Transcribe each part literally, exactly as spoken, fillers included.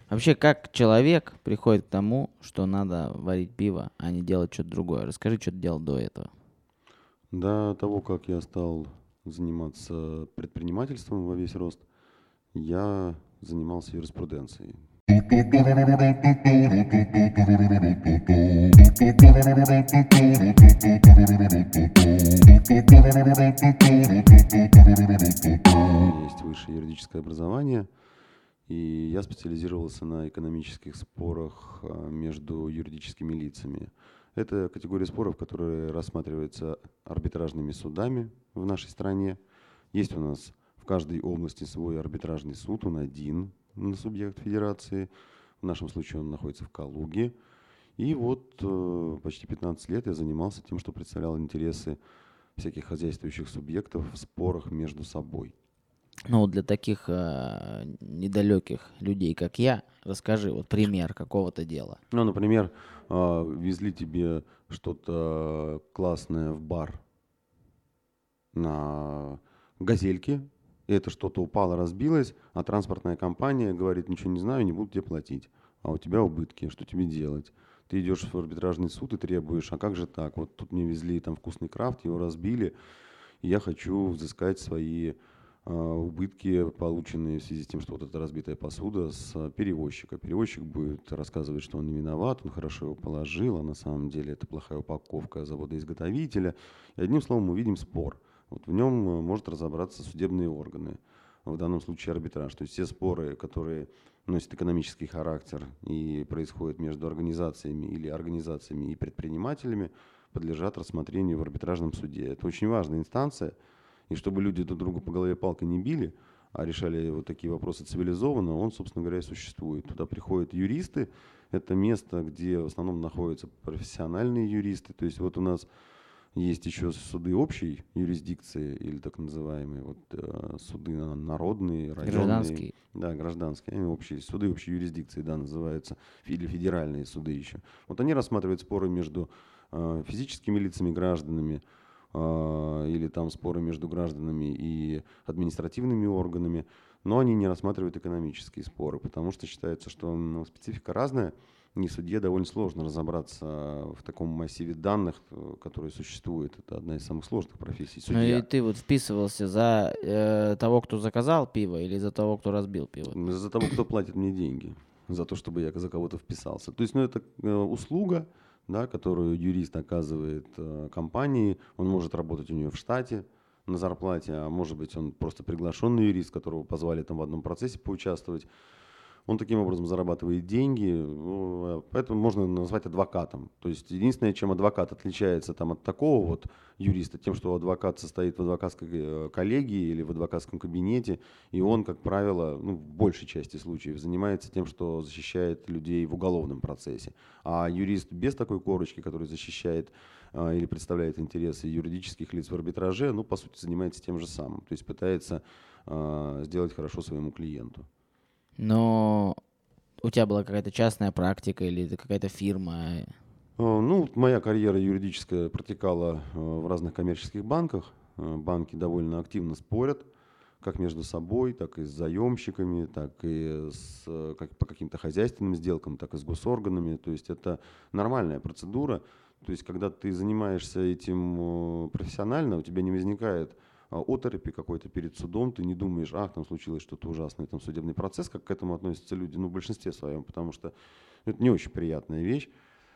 Вообще, как человек приходит к тому, что надо варить пиво, а не делать что-то другое? Расскажи, что ты делал до этого. До того, как я стал заниматься предпринимательством во весь рост, я занимался юриспруденцией. У меня есть высшее юридическое образование, и я специализировался на экономических спорах а, между юридическими лицами. Это категория споров, которые рассматриваются арбитражными судами в нашей стране. Есть у нас в каждой области свой арбитражный суд, он один на субъект федерации. В нашем случае он находится в Калуге. И вот э, почти пятнадцать лет я занимался тем, что представлял интересы всяких хозяйствующих субъектов в спорах между собой. Ну, вот для таких э, недалеких людей, как я, расскажи вот пример какого-то дела. Ну, например, а, везли тебе что-то классное в бар на газельке, и это что-то упало, разбилось, а транспортная компания говорит: ничего не знаю, не буду тебе платить, а у тебя убытки, что тебе делать? Ты идешь в арбитражный суд и требуешь: а как же так? Вот тут мне везли там вкусный крафт, его разбили, и я хочу взыскать свои а, убытки, полученные в связи с тем, что вот эта разбитая посуда, с а, перевозчика. Перевозчик будет рассказывать, что он не виноват, он хорошо его положил, а на самом деле это плохая упаковка завода-изготовителя. И одним словом мы видим спор. Вот в нем э, может разобраться судебные органы, в данном случае арбитраж. То есть все споры, которые носят экономический характер и происходят между организациями или организациями и предпринимателями, подлежат рассмотрению в арбитражном суде. Это очень важная инстанция, и чтобы люди друг другу по голове палкой не били, а решали вот такие вопросы цивилизованно, он, собственно говоря, и существует. Туда приходят юристы, это место, где в основном находятся профессиональные юристы. То есть вот у нас есть еще суды общей юрисдикции, или так называемые вот, э, суды народные, районные, Гражданский. да, гражданские, они общие, суды общей юрисдикции, да, называются, или федеральные суды еще. Вот они рассматривают споры между э, физическими лицами, гражданами, э, или там споры между гражданами и административными органами, но они не рассматривают экономические споры, потому что считается, что ну, специфика разная. И судье довольно сложно разобраться в таком массиве данных, который существует. Это одна из самых сложных профессий. Ну и Судья. ты вот вписывался за э, того, кто заказал пиво, или за того, кто разбил пиво? За того, кто платит мне деньги. За то, чтобы я за кого-то вписался. То есть, ну, это э, услуга, да, которую юрист оказывает э, компании. Он может работать у нее в штате на зарплате, а может быть, он просто приглашенный юрист, которого позвали там в одном процессе поучаствовать. Он таким образом зарабатывает деньги, ну, поэтому можно назвать адвокатом. То есть единственное, чем адвокат отличается там, от такого вот юриста, тем, что адвокат состоит в адвокатской э, коллегии или в адвокатском кабинете, и он, как правило, ну, в большей части случаев занимается тем, что защищает людей в уголовном процессе. А юрист без такой корочки, который защищает а, или представляет интересы юридических лиц в арбитраже, ну, по сути, занимается тем же самым. То есть пытается а, сделать хорошо своему клиенту. Но у тебя была какая-то частная практика или это какая-то фирма? А, Ну, моя карьера юридическая протекала э, в разных коммерческих банках. Э, Банки довольно активно спорят, как между собой, так и с заемщиками, так и с, э, как, по каким-то хозяйственным сделкам, так и с госорганами. То есть это нормальная процедура. То есть когда ты занимаешься этим э, профессионально, у тебя не возникает а, оторопи какой-то перед судом, ты не думаешь: ах, там случилось что-то ужасное, там судебный процесс, как к этому относятся люди, ну, в большинстве своем, потому что это не очень приятная вещь.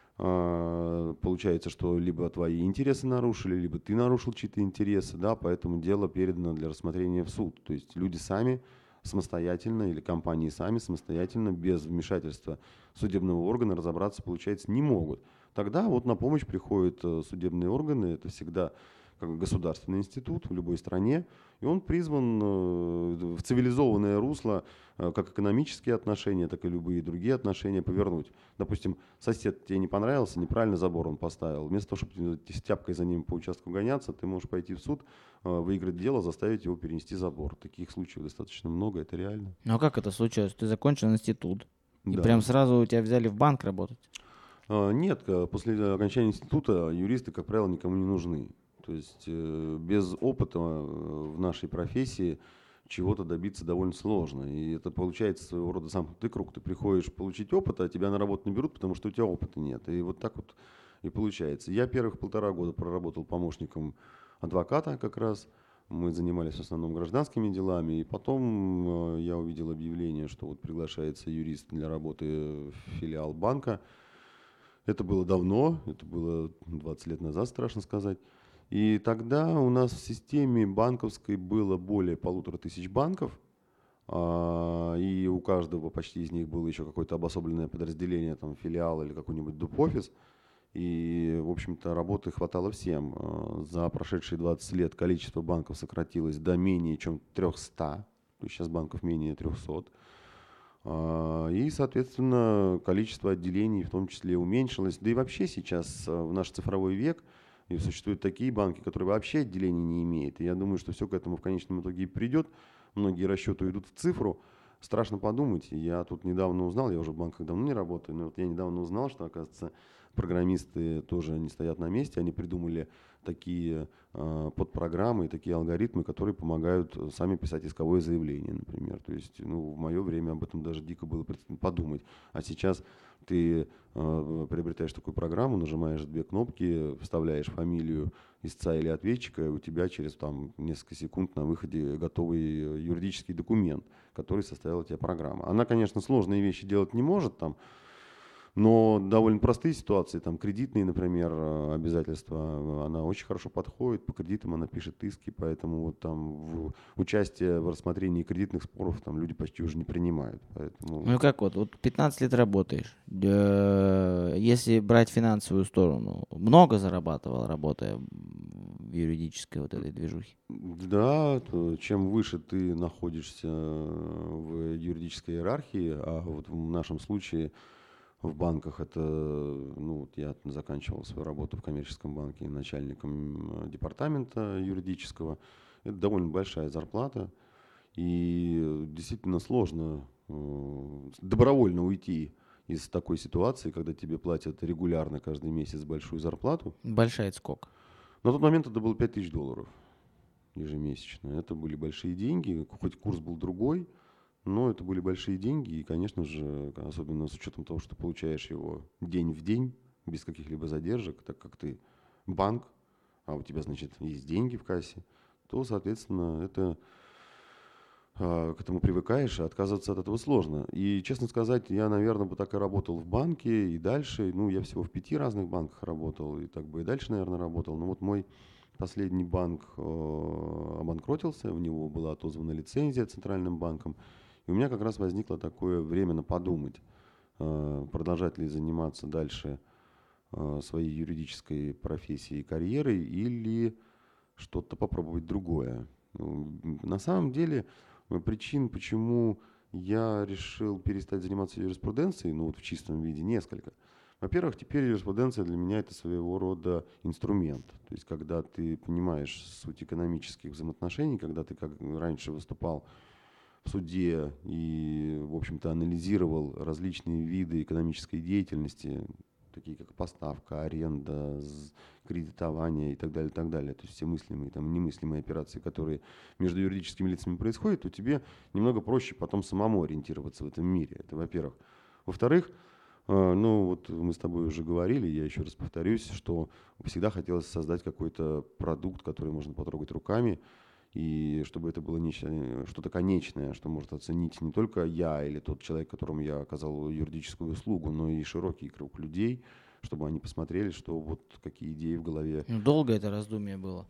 А, Получается, что либо твои интересы нарушили, либо ты нарушил чьи-то интересы, да, поэтому дело передано для рассмотрения в суд. То есть люди сами самостоятельно или компании сами самостоятельно, без вмешательства судебного органа разобраться, получается, не могут. Тогда вот на помощь приходят э, судебные органы, это всегда как государственный институт в любой стране, и он призван э, в цивилизованное русло э, как экономические отношения, так и любые другие отношения повернуть. Допустим, сосед тебе не понравился, неправильно забор он поставил. Вместо того, чтобы с тяпкой за ним по участку гоняться, ты можешь пойти в суд, э, выиграть дело, заставить его перенести забор. Таких случаев достаточно много, это реально. Ну а как это случилось? Ты закончил институт, и прям Да. сразу тебя взяли в банк работать? А, Нет, э, после окончания института юристы, как правило, никому не нужны. То есть э, без опыта э, в нашей профессии чего-то добиться довольно сложно. И это получается своего рода замкнутый круг. Ты приходишь получить опыт, а тебя на работу не берут, потому что у тебя опыта нет. И вот так вот и получается. Я первых полтора года проработал помощником адвоката как раз. Мы занимались в основном гражданскими делами. И потом э, я увидел объявление, что вот приглашается юрист для работы в филиал банка. Это было давно, это было двадцать лет назад, страшно сказать. И тогда у нас в системе банковской было более полутора тысяч банков, а, и у каждого почти из них было еще какое-то обособленное подразделение, там, филиал или какой-нибудь доп-офис. И, в общем-то, работы хватало всем. А, За прошедшие двадцать лет количество банков сократилось до менее чем трехсот, то есть сейчас банков менее трехсот. А, И, соответственно, количество отделений в том числе уменьшилось. Да и вообще сейчас а, в наш цифровой век и существуют такие банки, которые вообще отделений не имеют. И я думаю, что все к этому в конечном итоге и придет. Многие расчеты идут в цифру. Страшно подумать. Я тут недавно узнал, я уже в банках давно не работаю, но вот я недавно узнал, что, оказывается, программисты тоже не стоят на месте. Они придумали такие э, подпрограммы и такие алгоритмы, которые помогают сами писать исковое заявление, например. То есть, ну, в мое время об этом даже дико было подумать. А сейчас ты э, приобретаешь такую программу, нажимаешь две кнопки, вставляешь фамилию истца или ответчика, и у тебя через там, несколько секунд на выходе готовый юридический документ, который составила тебе программа. Она, конечно, сложные вещи делать не может, там, но довольно простые ситуации, там кредитные, например, обязательства, она очень хорошо подходит, по кредитам она пишет иски, поэтому вот там в участие в рассмотрении кредитных споров там люди почти уже не принимают. Поэтому... Ну как вот, вот пятнадцать лет работаешь, Э, если брать финансовую сторону, много зарабатывал, работая в юридической вот этой движухе? Да, то чем выше ты находишься в юридической иерархии, а вот в нашем случае в банках это, ну, вот я заканчивал свою работу в коммерческом банке начальником департамента юридического. Это довольно большая зарплата. И действительно сложно э, добровольно уйти из такой ситуации, когда тебе платят регулярно каждый месяц большую зарплату. Большая это сколько? На тот момент это было пять тысяч долларов ежемесячно. Это были большие деньги, хоть курс был другой, но это были большие деньги, и, конечно же, особенно с учетом того, что получаешь его день в день, без каких-либо задержек, так как ты банк, а у тебя, значит, есть деньги в кассе, то, соответственно, это, а, к этому привыкаешь, а отказываться от этого сложно. И, честно сказать, я, наверное, бы так и работал в банке, и дальше, ну, я всего в пяти разных банках работал, и так бы и дальше, наверное, работал, но вот мой последний банк э, обанкротился, у него была отозвана лицензия Центральным банком. И у меня как раз возникло такое время на подумать, э, продолжать ли заниматься дальше э, своей юридической профессией и карьерой или что-то попробовать другое. Ну, на самом деле э, причин, почему я решил перестать заниматься юриспруденцией, ну вот в чистом виде, несколько. Во-первых, теперь юриспруденция для меня это своего рода инструмент. То есть, когда ты понимаешь суть экономических взаимоотношений, когда ты как раньше выступал в суде и, в общем-то, анализировал различные виды экономической деятельности, такие как поставка, аренда, кредитование и так далее, и так далее. То есть все мыслимые, там, немыслимые операции, которые между юридическими лицами происходят, то тебе немного проще потом самому ориентироваться в этом мире. Это во-первых. Во-вторых, ну вот мы с тобой уже говорили, я еще раз повторюсь, что всегда хотелось создать какой-то продукт, который можно потрогать руками, и чтобы это было нечто, что-то конечное, что может оценить не только я или тот человек, которому я оказал юридическую услугу, но и широкий круг людей, чтобы они посмотрели, что вот какие идеи в голове. Долго это раздумье было?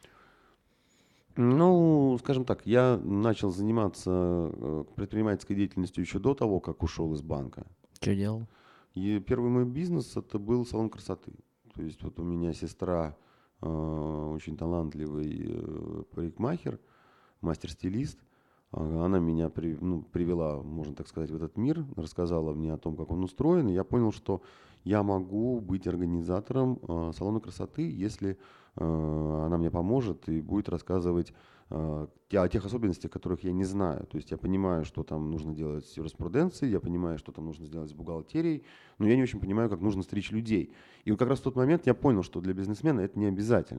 Ну, скажем так, я начал заниматься предпринимательской деятельностью еще до того, как ушел из банка. Что делал? И первый мой бизнес это был салон красоты. То есть вот у меня сестра э, очень талантливый э, парикмахер, мастер-стилист. Э, она меня при, ну, привела, можно так сказать, в этот мир, рассказала мне о том, как он устроен. И я понял, что я могу быть организатором э, салона красоты, если э, она мне поможет и будет рассказывать э, о тех особенностях, которых я не знаю. То есть я понимаю, что там нужно делать с юриспруденцией, я понимаю, что там нужно сделать с бухгалтерией, но я не очень понимаю, как нужно стричь людей. И вот как раз в тот момент я понял, что для бизнесмена это не обязательно.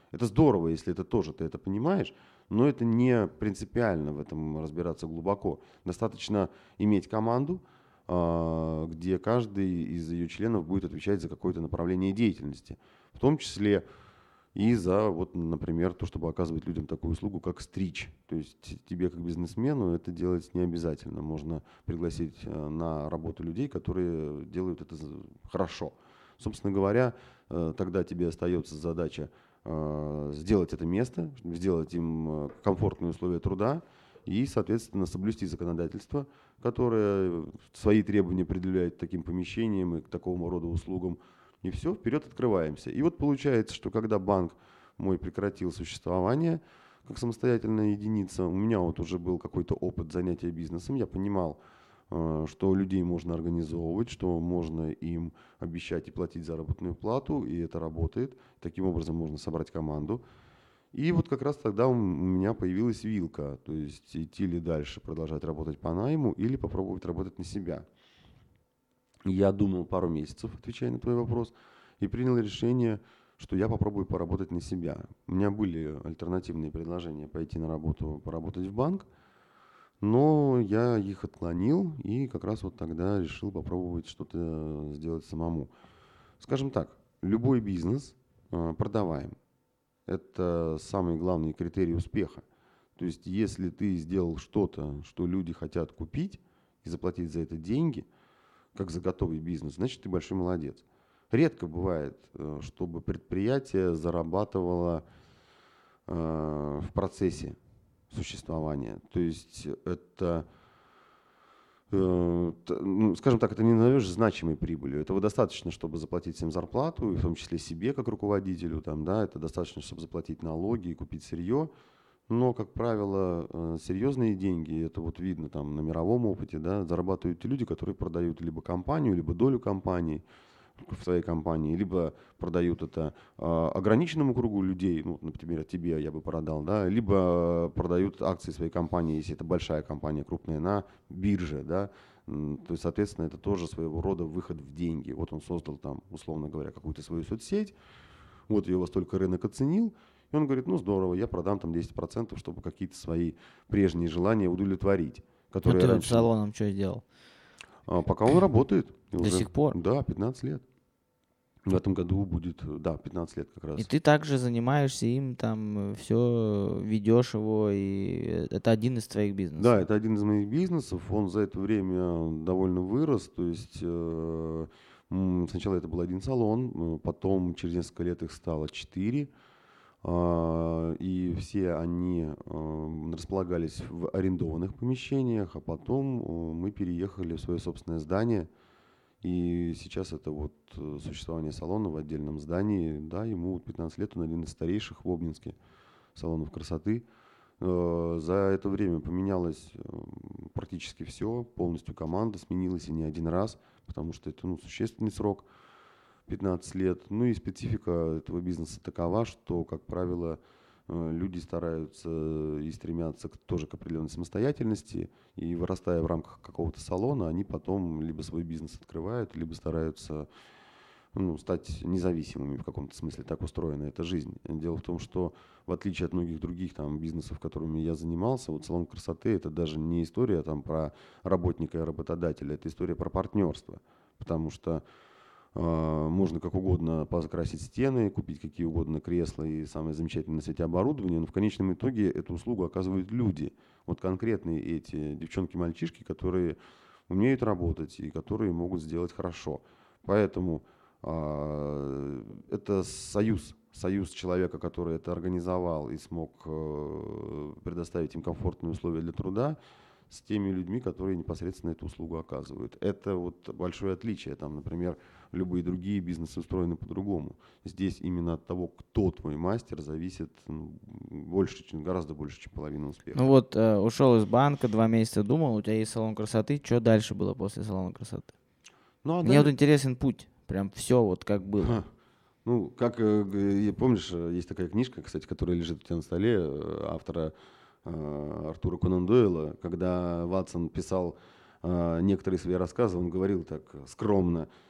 Это здорово, если это тоже ты это понимаешь, но это не принципиально в этом разбираться глубоко. Достаточно иметь команду, где каждый из ее членов будет отвечать за какое-то направление деятельности, в том числе и за, вот, например, то, чтобы оказывать людям такую услугу, как стричь. То есть тебе, как бизнесмену, это делать не обязательно. Можно пригласить на работу людей, которые делают это хорошо. Собственно говоря, тогда тебе остается задача сделать это место, сделать им комфортные условия труда и, соответственно, соблюсти законодательство, которое свои требования предъявляет таким помещениям и к такому роду услугам. И все, вперед открываемся. И вот получается, что когда банк мой прекратил существование как самостоятельная единица, у меня вот уже был какой-то опыт занятия бизнесом, я понимал, что людей можно организовывать, что можно им обещать и платить заработную плату, и это работает. Таким образом можно собрать команду. И вот как раз тогда у меня появилась вилка, то есть идти ли дальше, продолжать работать по найму или попробовать работать на себя. Я думал пару месяцев, отвечая на твой вопрос, и принял решение, что я попробую поработать на себя. У меня были альтернативные предложения пойти на работу, поработать в банк, но я их отклонил и как раз вот тогда решил попробовать что-то сделать самому. Скажем так, любой бизнес продаваем. Это самый главный критерий успеха. То есть если ты сделал что-то, что люди хотят купить и заплатить за это деньги, как за готовый бизнес, значит, ты большой молодец. Редко бывает, чтобы предприятие зарабатывало в процессе существования. То есть это, ну, скажем так, это не назовешь значимой прибылью. Этого достаточно, чтобы заплатить всем зарплату, и в том числе себе как руководителю. Там, да, это достаточно, чтобы заплатить налоги и купить сырье. Но, как правило, серьезные деньги, это вот видно там на мировом опыте, да, зарабатывают те люди, которые продают либо компанию, либо долю компании в своей компании, либо продают это э, ограниченному кругу людей, ну, например, тебе я бы продал, да, либо продают акции своей компании, если это большая компания, крупная, на бирже, да, то есть, соответственно, это тоже своего рода выход в деньги. Вот он создал там, условно говоря, какую-то свою соцсеть, вот ее во столько рынок оценил, и он говорит, ну здорово, я продам там десять процентов, чтобы какие-то свои прежние желания удовлетворить. Которые а ты раньше... вот салоном что сделал? А, пока он работает. До уже, сих пор? Да, пятнадцать лет. В этом году будет, да, пятнадцать лет как раз. И ты также занимаешься им, там, все, ведешь его, и это один из твоих бизнесов? Да, это один из моих бизнесов. Он за это время довольно вырос. То есть э, сначала это был один салон, потом через несколько лет их стало четыре. Э, и все они э, располагались в арендованных помещениях, а потом э, мы переехали в свое собственное здание. И сейчас это вот существование салона в отдельном здании, да, ему пятнадцать лет, он один из старейших в Обнинске салонов красоты. За это время поменялось практически все, полностью команда сменилась и не один раз, потому что это, ну, существенный срок, пятнадцать лет. Ну и специфика этого бизнеса такова, что, как правило, люди стараются и стремятся тоже к определенной самостоятельности, и вырастая в рамках какого-то салона, они потом либо свой бизнес открывают, либо стараются, ну, стать независимыми в каком-то смысле. Так устроена эта жизнь. Дело в том, что в отличие от многих других там бизнесов, которыми я занимался, вот салон красоты — это даже не история там про работника и работодателя, это история про партнерство, потому что можно как угодно покрасить стены, купить какие угодно кресла и самое замечательное на свете оборудование, но в конечном итоге эту услугу оказывают люди. Вот конкретные эти девчонки-мальчишки, которые умеют работать и которые могут сделать хорошо. Поэтому э, это союз, союз человека, который это организовал и смог э, предоставить им комфортные условия для труда, с теми людьми, которые непосредственно эту услугу оказывают. Это вот большое отличие. Там, например, любые другие бизнесы устроены по-другому. Здесь именно от того, кто твой мастер, зависит, ну, больше, чем, гораздо больше, чем половина успеха. Ну вот, э, ушел из банка, два месяца думал, у тебя есть салон красоты. Что дальше было после салона красоты? Ну, а Мне да... вот интересен путь. Прям все вот как было. Ха. Ну, как, э, помнишь, есть такая книжка, кстати, которая лежит у тебя на столе, автора Артура Конан Дойла, когда Ватсон писал э, некоторые свои рассказы, он говорил так скромно: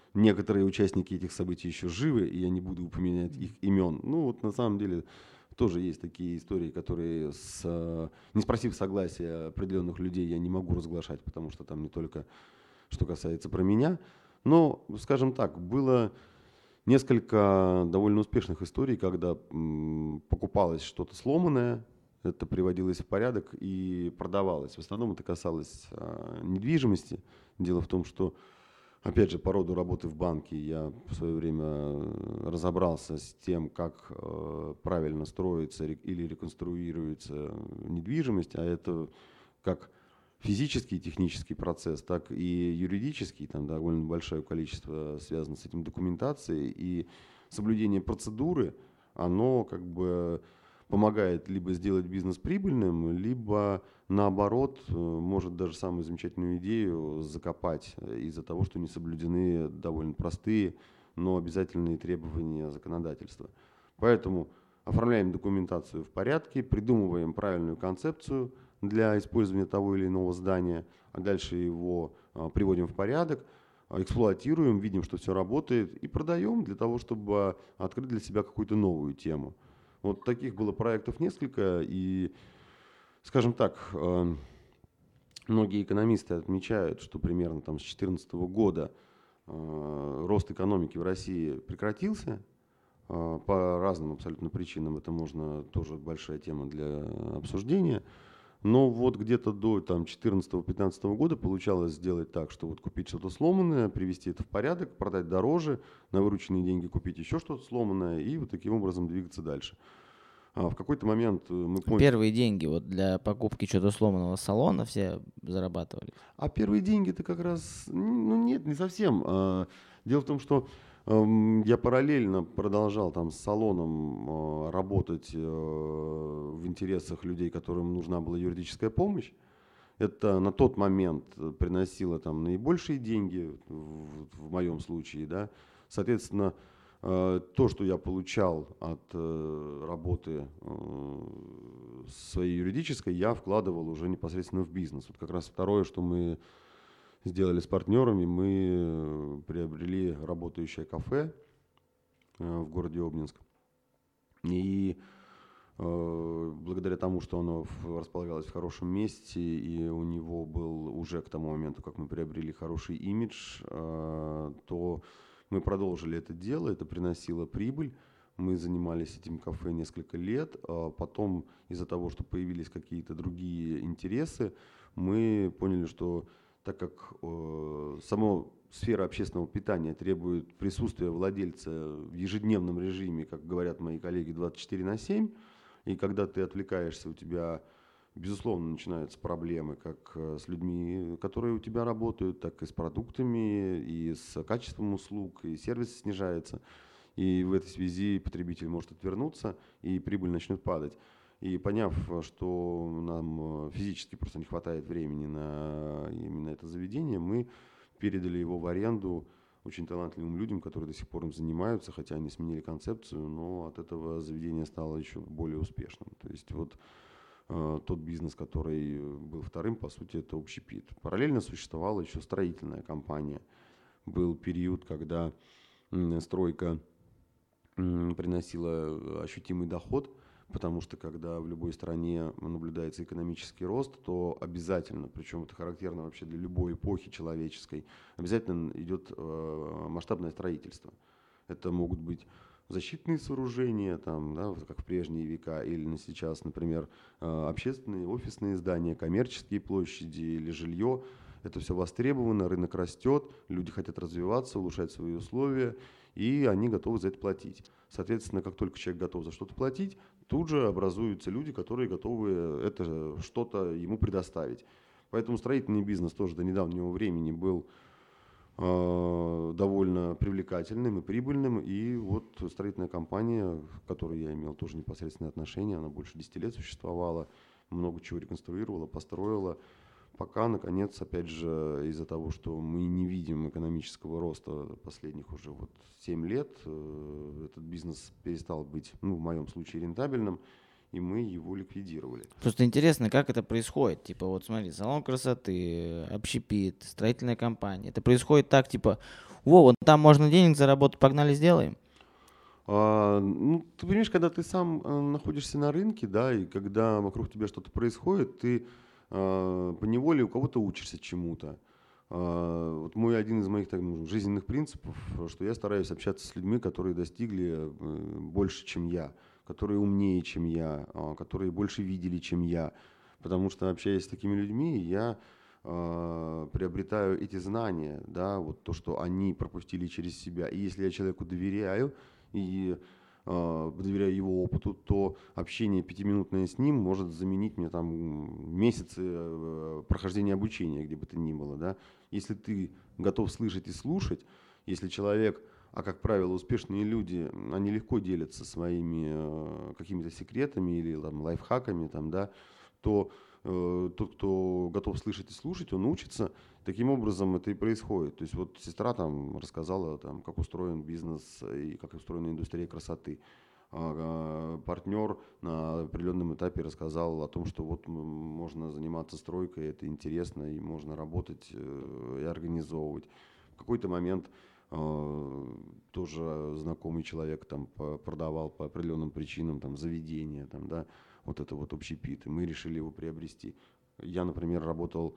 некоторые участники этих событий еще живы, и я не буду упоминать их имен. Ну вот на самом деле тоже есть такие истории, которые, с, не спросив согласия определенных людей, я не могу разглашать, потому что там не только что касается про меня. Но, скажем так, было несколько довольно успешных историй, когда м, покупалось что-то сломанное, это приводилось в порядок и продавалось. В основном это касалось а, недвижимости. Дело в том, что, опять же, по роду работы в банке я в свое время разобрался с тем, как э, правильно строится или реконструируется недвижимость, а это как физический и технический процесс, так и юридический, там довольно большое количество связано с этим документацией, и соблюдение процедуры, оно как бы помогает либо сделать бизнес прибыльным, либо наоборот может даже самую замечательную идею закопать из-за того, что не соблюдены довольно простые, но обязательные требования законодательства. Поэтому оформляем документацию в порядке, придумываем правильную концепцию для использования того или иного здания, а дальше его а, приводим в порядок, эксплуатируем, видим, что все работает, и продаем для того, чтобы открыть для себя какую-то новую тему. Вот таких было проектов несколько, и, скажем так, э, многие экономисты отмечают, что примерно там, с две тысячи четырнадцатого года э, рост экономики в России прекратился. Э, по разным абсолютно причинам, это можно тоже большая тема для обсуждения. Но вот где-то до две тысячи четырнадцатого-пятнадцатого года получалось сделать так, что вот купить что-то сломанное, привести это в порядок, продать дороже, на вырученные деньги купить еще что-то сломанное и вот таким образом двигаться дальше. А в какой-то момент мы поняли... Первые деньги вот для покупки чего-то сломанного салона все зарабатывали. А первые деньги-то как раз... Ну нет, не совсем. Дело в том, что я параллельно продолжал там с салоном работать в интересах людей, которым нужна была юридическая помощь. Это на тот момент приносило там наибольшие деньги, в, в моем случае, да. Соответственно, то, что я получал от работы своей юридической, я вкладывал уже непосредственно в бизнес. Вот как раз второе, что мы сделали с партнерами, мы приобрели работающее кафе в городе Обнинск. И э, благодаря тому, что оно в, располагалось в хорошем месте, и у него был уже к тому моменту, как мы приобрели хороший имидж, э, то мы продолжили это дело, это приносило прибыль. Мы занимались этим кафе несколько лет. А потом из-за того, что появились какие-то другие интересы, мы поняли, что так как э, сама сфера общественного питания требует присутствия владельца в ежедневном режиме, как говорят мои коллеги, двадцать четыре на семь, и когда ты отвлекаешься, у тебя, безусловно, начинаются проблемы как с людьми, которые у тебя работают, так и с продуктами, и с качеством услуг, и сервис снижается. И в этой связи потребитель может отвернуться, и прибыль начнет падать. И поняв, что нам физически просто не хватает времени на именно это заведение, мы передали его в аренду очень талантливым людям, которые до сих пор им занимаются, хотя они сменили концепцию, но от этого заведение стало еще более успешным. То есть вот э, тот бизнес, который был вторым, по сути, это общепит. Параллельно существовала еще строительная компания. Был период, когда э, стройка э, приносила ощутимый доход, потому что когда в любой стране наблюдается экономический рост, то обязательно, причем это характерно вообще для любой эпохи человеческой, обязательно идет э, масштабное строительство. Это могут быть защитные сооружения, там, да, как в прежние века, или сейчас, например, э, общественные, офисные здания, коммерческие площади или жилье. Это все востребовано, рынок растет, люди хотят развиваться, улучшать свои условия, и они готовы за это платить. Соответственно, как только человек готов за что-то платить, тут же образуются люди, которые готовы это что-то ему предоставить. Поэтому строительный бизнес тоже до недавнего времени был э, довольно привлекательным и прибыльным. И вот строительная компания, к которой я имел тоже непосредственное отношение, она больше десяти лет существовала, много чего реконструировала, построила. Пока, наконец, опять же, из-за того, что мы не видим экономического роста последних уже вот семь лет, этот бизнес перестал быть, ну, в моем случае, рентабельным. и мы его ликвидировали. Просто интересно, как это происходит. Типа, вот смотри, салон красоты, общепит, строительная компания. Это происходит так, типа, во, вот там можно денег заработать, погнали сделаем. А, ну, ты понимаешь, когда ты сам э, находишься на рынке, да, и когда вокруг тебя что-то происходит, ты э, поневоле у кого-то учишься чему-то. А, вот мой один из моих так, ну, жизненных принципов, что я стараюсь общаться с людьми, которые достигли э, больше, чем я, которые умнее, чем я, а, которые больше видели, чем я. Потому что, общаясь с такими людьми, я э, приобретаю эти знания, да, вот то, что они пропустили через себя. И если я человеку доверяю, и э, доверяю его опыту, то общение пятиминутное с ним может заменить мне там месяцы э, прохождения обучения, где бы то ни было. Да? Если ты готов слышать и слушать, если человек, а как правило успешные люди, они легко делятся своими э, какими-то секретами или там, лайфхаками, там, да, то э, тот, кто готов слышать и слушать, он учится. Таким образом это и происходит. То есть вот сестра там рассказала, там, как устроен бизнес и как устроена индустрия красоты. А, партнер на определенном этапе рассказал о том, что вот можно заниматься стройкой, это интересно, и можно работать и организовывать. В какой-то момент тоже знакомый человек там продавал по определенным причинам там, заведения, там, да, вот это вот общепит, и мы решили его приобрести. Я, например, работал,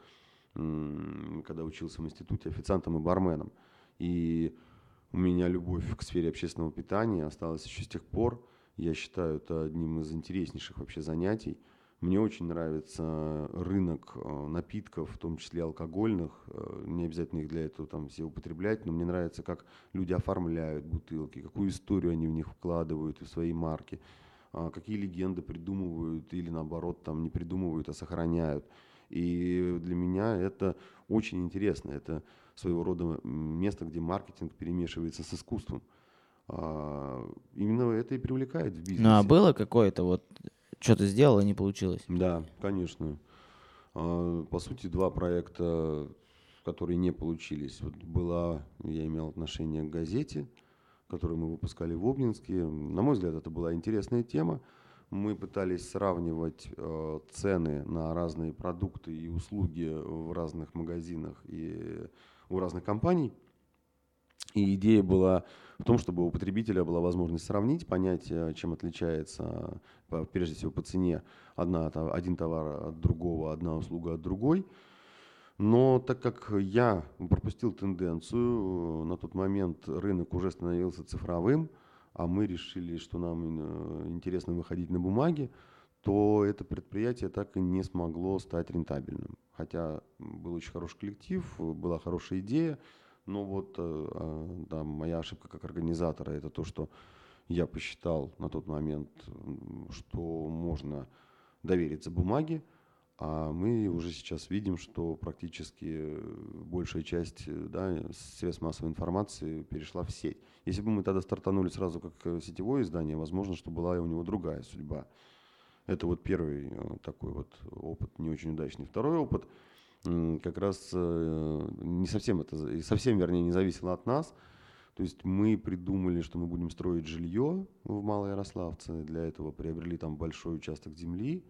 когда учился в институте, официантом и барменом. И у меня любовь к сфере общественного питания осталась еще с тех пор. Я считаю это одним из интереснейших вообще занятий. Мне очень нравится рынок напитков, в том числе алкогольных. Не обязательно их для этого там все употреблять, но мне нравится, как люди оформляют бутылки, какую историю они в них вкладывают, в свои марки, какие легенды придумывают или наоборот там не придумывают, а сохраняют. И для меня это очень интересно. Это своего рода место, где маркетинг перемешивается с искусством. А, именно это и привлекает в бизнесе. Ну а было какое-то вот, что-то сделал и не получилось? Да, конечно. А, по сути, два проекта, которые не получились. Вот была, я имел отношение к газете, которую мы выпускали в Обнинске. На мой взгляд, это была интересная тема. Мы пытались сравнивать э, цены на разные продукты и услуги в разных магазинах и у разных компаний. И идея была в том, чтобы у потребителя была возможность сравнить, понять, чем отличается, прежде всего, по цене одна, один товар от другого, одна услуга от другой. Но так как я пропустил тенденцию, на тот момент рынок уже становился цифровым, а мы решили, что нам интересно выходить на бумаге, то это предприятие так и не смогло стать рентабельным. Хотя был очень хороший коллектив, была хорошая идея, но вот да, моя ошибка как организатора – это то, что я посчитал на тот момент, что можно довериться бумаге, а мы уже сейчас видим, что практически большая часть, да, средств массовой информации перешла в сеть. Если бы мы тогда стартанули сразу как сетевое издание, возможно, что была и у него другая судьба. Это вот первый такой вот опыт, не очень удачный. Второй опыт как раз не совсем это, совсем, вернее, не зависело от нас. То есть мы придумали, что мы будем строить жилье в Малоярославце. Для этого приобрели там большой участок земли.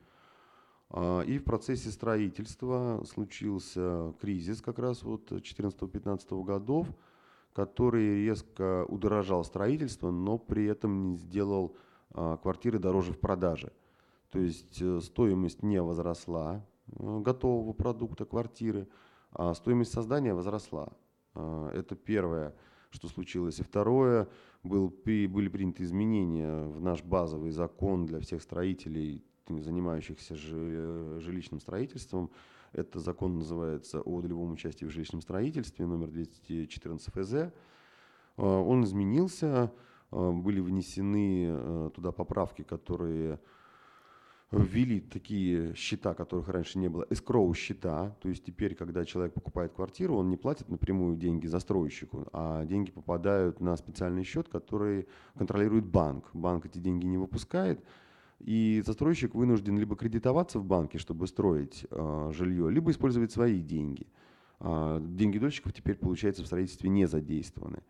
И в процессе строительства случился кризис как раз вот четырнадцатого-пятнадцатого годов, который резко удорожал строительство, но при этом не сделал квартиры дороже в продаже. То есть стоимость не возросла готового продукта квартиры, а стоимость создания возросла. Это первое, что случилось. И второе, был, были приняты изменения в наш базовый закон для всех строителей, занимающихся жилищным строительством. Это закон называется о долевом участии в жилищном строительстве, номер двести четырнадцать эф зэ. Он изменился, были внесены туда поправки, которые ввели такие счета, которых раньше не было, эскроу счета. То есть теперь, когда человек покупает квартиру, он не платит напрямую деньги застройщику, а деньги попадают на специальный счет, который контролирует банк. Банк эти деньги не выпускает. И застройщик вынужден либо кредитоваться в банке, чтобы строить э, жилье, либо использовать свои деньги. Э, деньги дольщиков теперь, получается, в строительстве не задействованы.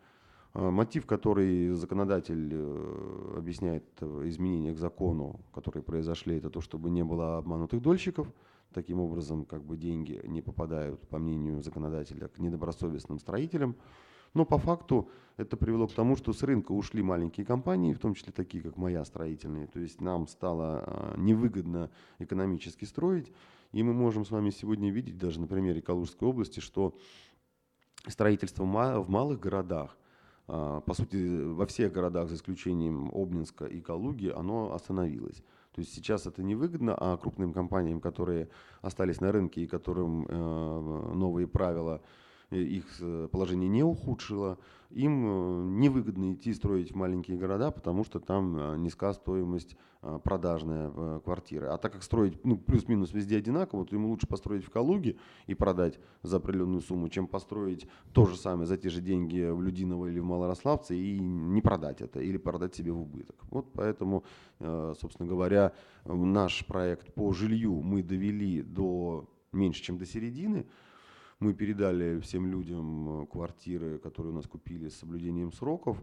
Мотив, который законодатель э, объясняет в изменениях к закону, которые произошли, это то, чтобы не было обманутых дольщиков. Таким образом, как бы деньги не попадают, по мнению законодателя, к недобросовестным строителям. Но по факту это привело к тому, что с рынка ушли маленькие компании, в том числе такие, как моя, строительные. То есть нам стало невыгодно экономически строить. И мы можем с вами сегодня видеть даже на примере Калужской области, что строительство в малых городах, по сути, во всех городах, за исключением Обнинска и Калуги, оно остановилось. То есть сейчас это невыгодно, а крупным компаниям, которые остались на рынке и которым новые правила их положение не ухудшило, им невыгодно идти строить в маленькие города, потому что там низка стоимость продажная квартиры. А так как строить ну, плюс-минус везде одинаково, вот ему лучше построить в Калуге и продать за определенную сумму, чем построить то же самое за те же деньги в Людиново или в Малорославце и не продать это, или продать себе в убыток. Вот поэтому, собственно говоря, наш проект по жилью мы довели до меньше, чем до середины. Мы передали всем людям квартиры, которые у нас купили с соблюдением сроков,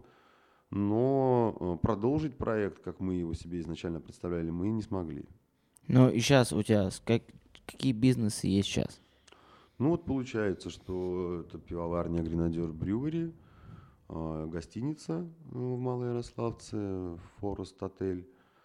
но продолжить проект, как мы его себе изначально представляли, мы не смогли. Ну и сейчас у тебя как, какие бизнесы есть сейчас? Ну вот получается, что это пивоварня «Гренадер Брювери», гостиница в Малоярославце, «Форест Отель»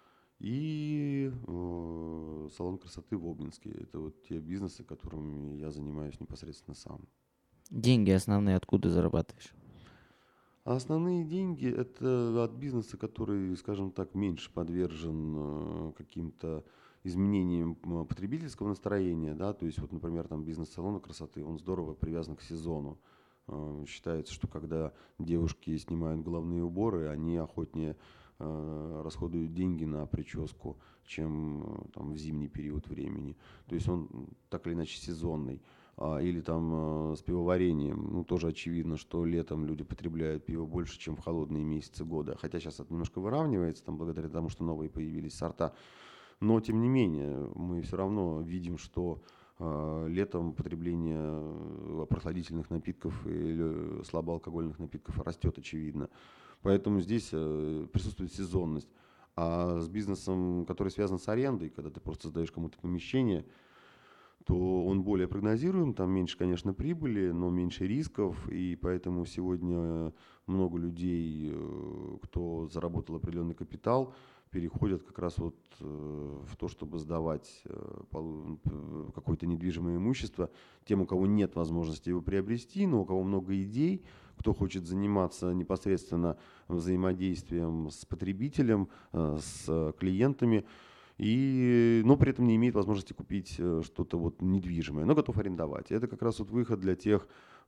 и э, салон красоты в Обнинске. Это вот те бизнесы, которыми я занимаюсь непосредственно сам. Деньги основные откуда зарабатываешь? А основные деньги – это от бизнеса, который, скажем так, меньше подвержен э, каким-то изменениям потребительского настроения. Да? То есть, вот, например, там бизнес-салона красоты, он здорово привязан к сезону. Э, считается, что когда девушки снимают головные уборы, они охотнее э, расходуют деньги на прическу, чем э, там, в зимний период времени. То есть он так или иначе сезонный. Или там э, с пивоварением. Ну, тоже очевидно, что летом люди потребляют пиво больше, чем в холодные месяцы года. Хотя сейчас это немножко выравнивается, там, благодаря тому, что новые появились сорта. Но, тем не менее, мы все равно видим, что э, летом потребление прохладительных напитков или слабоалкогольных напитков растет, очевидно. Поэтому здесь э, присутствует сезонность. А с бизнесом, который связан с арендой, когда ты просто сдаешь кому-то помещение, то он более прогнозируем, там меньше, конечно, прибыли, но меньше рисков, и поэтому сегодня много людей, кто заработал определенный капитал, переходят как раз вот в то, чтобы сдавать какое-то недвижимое имущество тем, у кого нет возможности его приобрести, но у кого много идей, кто хочет заниматься непосредственно взаимодействием с потребителем, с клиентами, и, но при этом не имеет возможности купить что-то вот недвижимое, но готов арендовать. И это как раз вот выход для тех,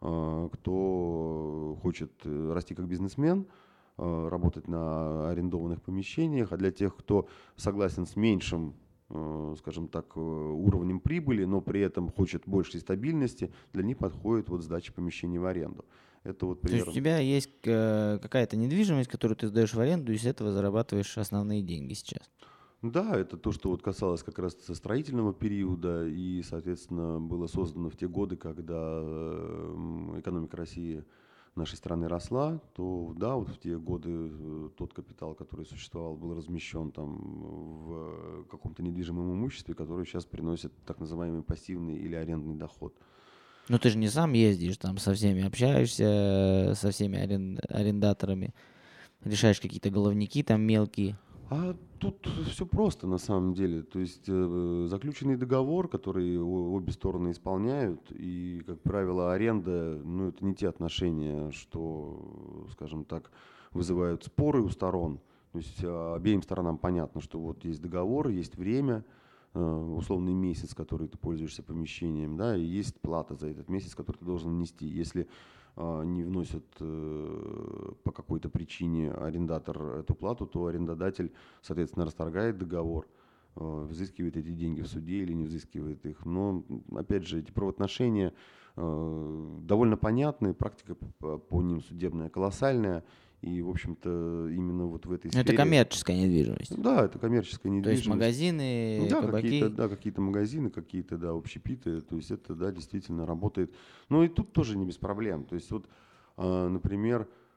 кто хочет расти как бизнесмен, работать на арендованных помещениях, а для тех, кто согласен с меньшим, скажем так, уровнем прибыли, но при этом хочет большей стабильности, для них подходит вот сдача помещений в аренду. Это вот примерно... То есть у тебя есть какая-то недвижимость, которую ты сдаешь в аренду, и с этого зарабатываешь основные деньги сейчас? Да, это то, что вот касалось как раз строительного периода и, соответственно, было создано в те годы, когда экономика России нашей страны росла, то да, вот в те годы тот капитал, который существовал, был размещен там в каком-то недвижимом имуществе, которое сейчас приносит так называемый пассивный или арендный доход. Ну ты же не сам ездишь, там со всеми общаешься, со всеми арен... арендаторами, решаешь какие-то головники там мелкие. А тут все просто на самом деле. То есть э, заключенный договор, который обе стороны исполняют, и, как правило, аренда, ну, это не те отношения, что, скажем так, вызывают споры у сторон. То есть обеим сторонам понятно, что вот есть договор, есть время, э, условный месяц, который ты пользуешься помещением, да, и есть плата за этот месяц, который ты должен внести. Если не вносит э, по какой-то причине арендатор эту плату, то арендодатель, соответственно, расторгает договор, э, взыскивает эти деньги в суде или не взыскивает их. Но, опять же, эти правоотношения э, довольно понятны, практика по, по ним судебная колоссальная. И, в общем-то, именно вот в этой сфере... Это коммерческая недвижимость. Да, это коммерческая недвижимость. То есть магазины, да, кабаки. Какие-то, да, какие-то магазины, какие-то, да, общепиты. То есть это, да, действительно работает. Ну и тут тоже не без проблем. То есть вот, например,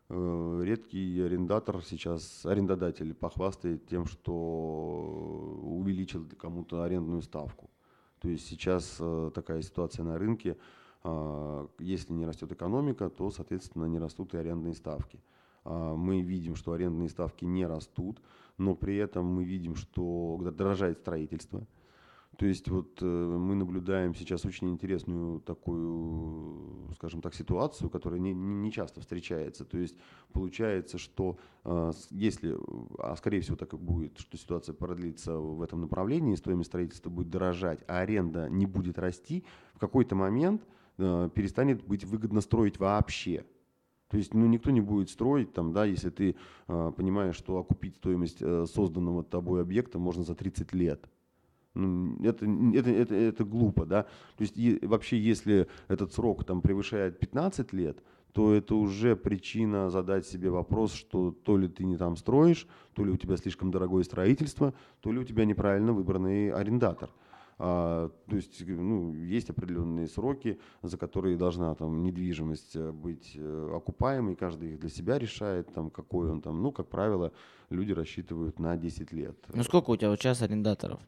э, редкий арендатор сейчас, арендодатель похвастает тем, что увеличил кому-то арендную ставку. То есть сейчас э, такая ситуация на рынке, э, если не растет экономика, то, соответственно, не растут и арендные ставки. Э, мы видим, что арендные ставки не растут, но при этом мы видим, что дорожает строительство. То есть вот э, мы наблюдаем сейчас очень интересную такую, скажем так, ситуацию, которая не, не, не часто встречается. То есть получается, что э, если, а скорее всего так и будет, что ситуация продлится в этом направлении, стоимость строительства будет дорожать, а аренда не будет расти, в какой-то момент э, перестанет быть выгодно строить вообще. То есть ну, никто не будет строить, там, да, если ты э, понимаешь, что окупить стоимость э, созданного тобой объекта можно за тридцать лет. Это, это, это, это глупо, да. То есть и, вообще, если этот срок там превышает пятнадцать лет, то это уже причина задать себе вопрос, что то ли ты не там строишь, то ли у тебя слишком дорогое строительство, то ли у тебя неправильно выбранный арендатор. А, то есть ну, есть определенные сроки, за которые должна там недвижимость быть окупаемой, каждый их для себя решает, там, какой он там. Ну, как правило, люди рассчитывают на десять лет. Ну сколько у тебя вот сейчас арендаторов?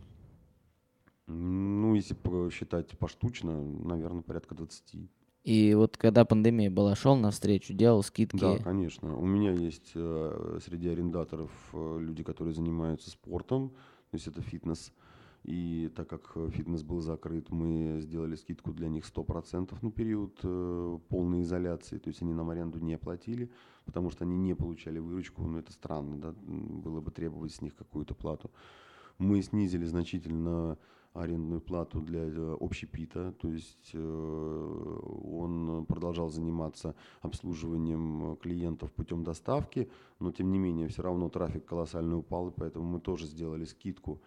Ну, если считать поштучно, наверное, порядка двадцати. И вот когда пандемия была, шел навстречу, делал скидки? Да, конечно. У меня есть э, среди арендаторов э, люди, которые занимаются спортом, то есть это фитнес. И так как фитнес был закрыт, мы сделали скидку для них сто процентов на период э, полной изоляции. То есть они нам аренду не платили, потому что они не получали выручку. Ну, это странно, да, было бы требовать с них какую-то плату. Мы снизили значительно арендную плату для общепита, то есть э, он продолжал заниматься обслуживанием клиентов путем доставки, но тем не менее все равно трафик колоссально упал, и поэтому мы тоже сделали скидку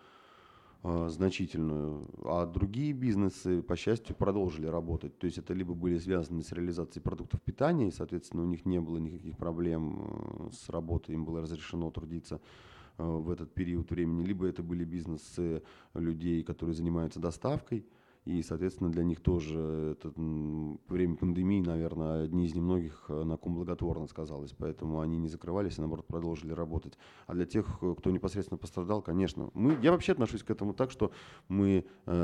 э, значительную. А другие бизнесы, по счастью, продолжили работать, то есть это либо были связаны с реализацией продуктов питания, и, соответственно, у них не было никаких проблем с работой, им было разрешено трудиться в этот период времени, либо это были бизнесы людей, которые занимаются доставкой, и, соответственно, для них тоже это время пандемии, наверное, одни из немногих, на ком благотворно сказалось, поэтому они не закрывались, а наоборот продолжили работать. А для тех, кто непосредственно пострадал, конечно, мы, я вообще отношусь к этому так, что мы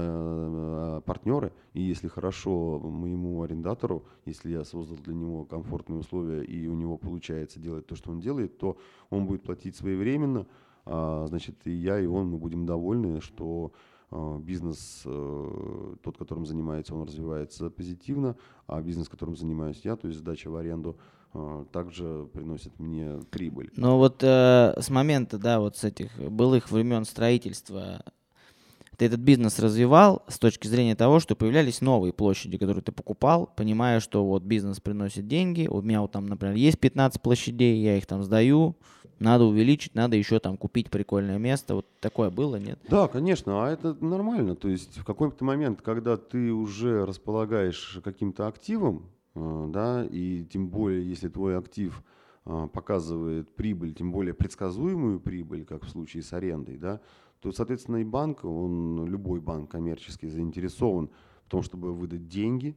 э, партнеры, и если хорошо моему арендатору, если я создал для него комфортные условия, и у него получается делать то, что он делает, то он будет платить своевременно. А, значит, и я, и он, мы будем довольны, что а, бизнес, а, тот, которым занимается, он развивается позитивно, а бизнес, которым занимаюсь я, то есть сдача в аренду, а, также приносит мне прибыль. Но вот э, с момента, да, вот с этих былых времен строительства, ты этот бизнес развивал с точки зрения того, что появлялись новые площади, которые ты покупал, понимая, что вот бизнес приносит деньги, у меня вот там, например, есть пятнадцать площадей, я их там сдаю, надо увеличить, надо еще там купить прикольное место. Вот такое было, нет? Да, конечно, а это нормально. То есть в какой-то момент, когда ты уже располагаешь каким-то активом, да, и тем более, если твой актив показывает прибыль, тем более предсказуемую прибыль, как в случае с арендой, да, то, соответственно, и банк, он, любой банк коммерческий заинтересован в том, чтобы выдать деньги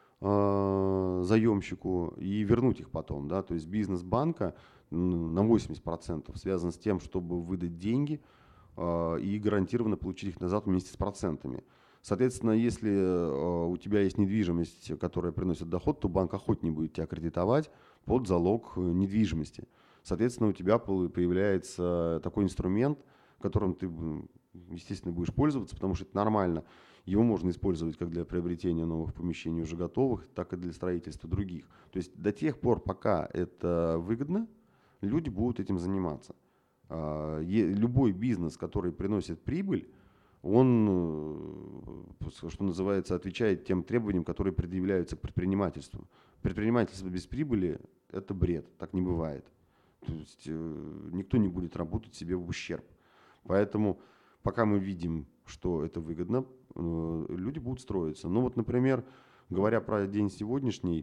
э, заемщику и вернуть их потом. Да? То есть бизнес банка на восемьдесят процентов связан с тем, чтобы выдать деньги э, и гарантированно получить их назад вместе с процентами. Соответственно, если э, у тебя есть недвижимость, которая приносит доход, то банк охотнее будет тебя кредитовать под залог недвижимости. Соответственно, у тебя появляется такой инструмент, которым ты, естественно, будешь пользоваться, потому что это нормально. Его можно использовать как для приобретения новых помещений уже готовых, так и для строительства других. То есть до тех пор, пока это выгодно, люди будут этим заниматься. Любой бизнес, который приносит прибыль, он, что называется, отвечает тем требованиям, которые предъявляются к предпринимательству. Предпринимательство без прибыли – это бред, так не бывает. То есть никто не будет работать себе в ущерб. Поэтому пока мы видим, что это выгодно, люди будут строиться. Ну вот, например, говоря про день сегодняшний,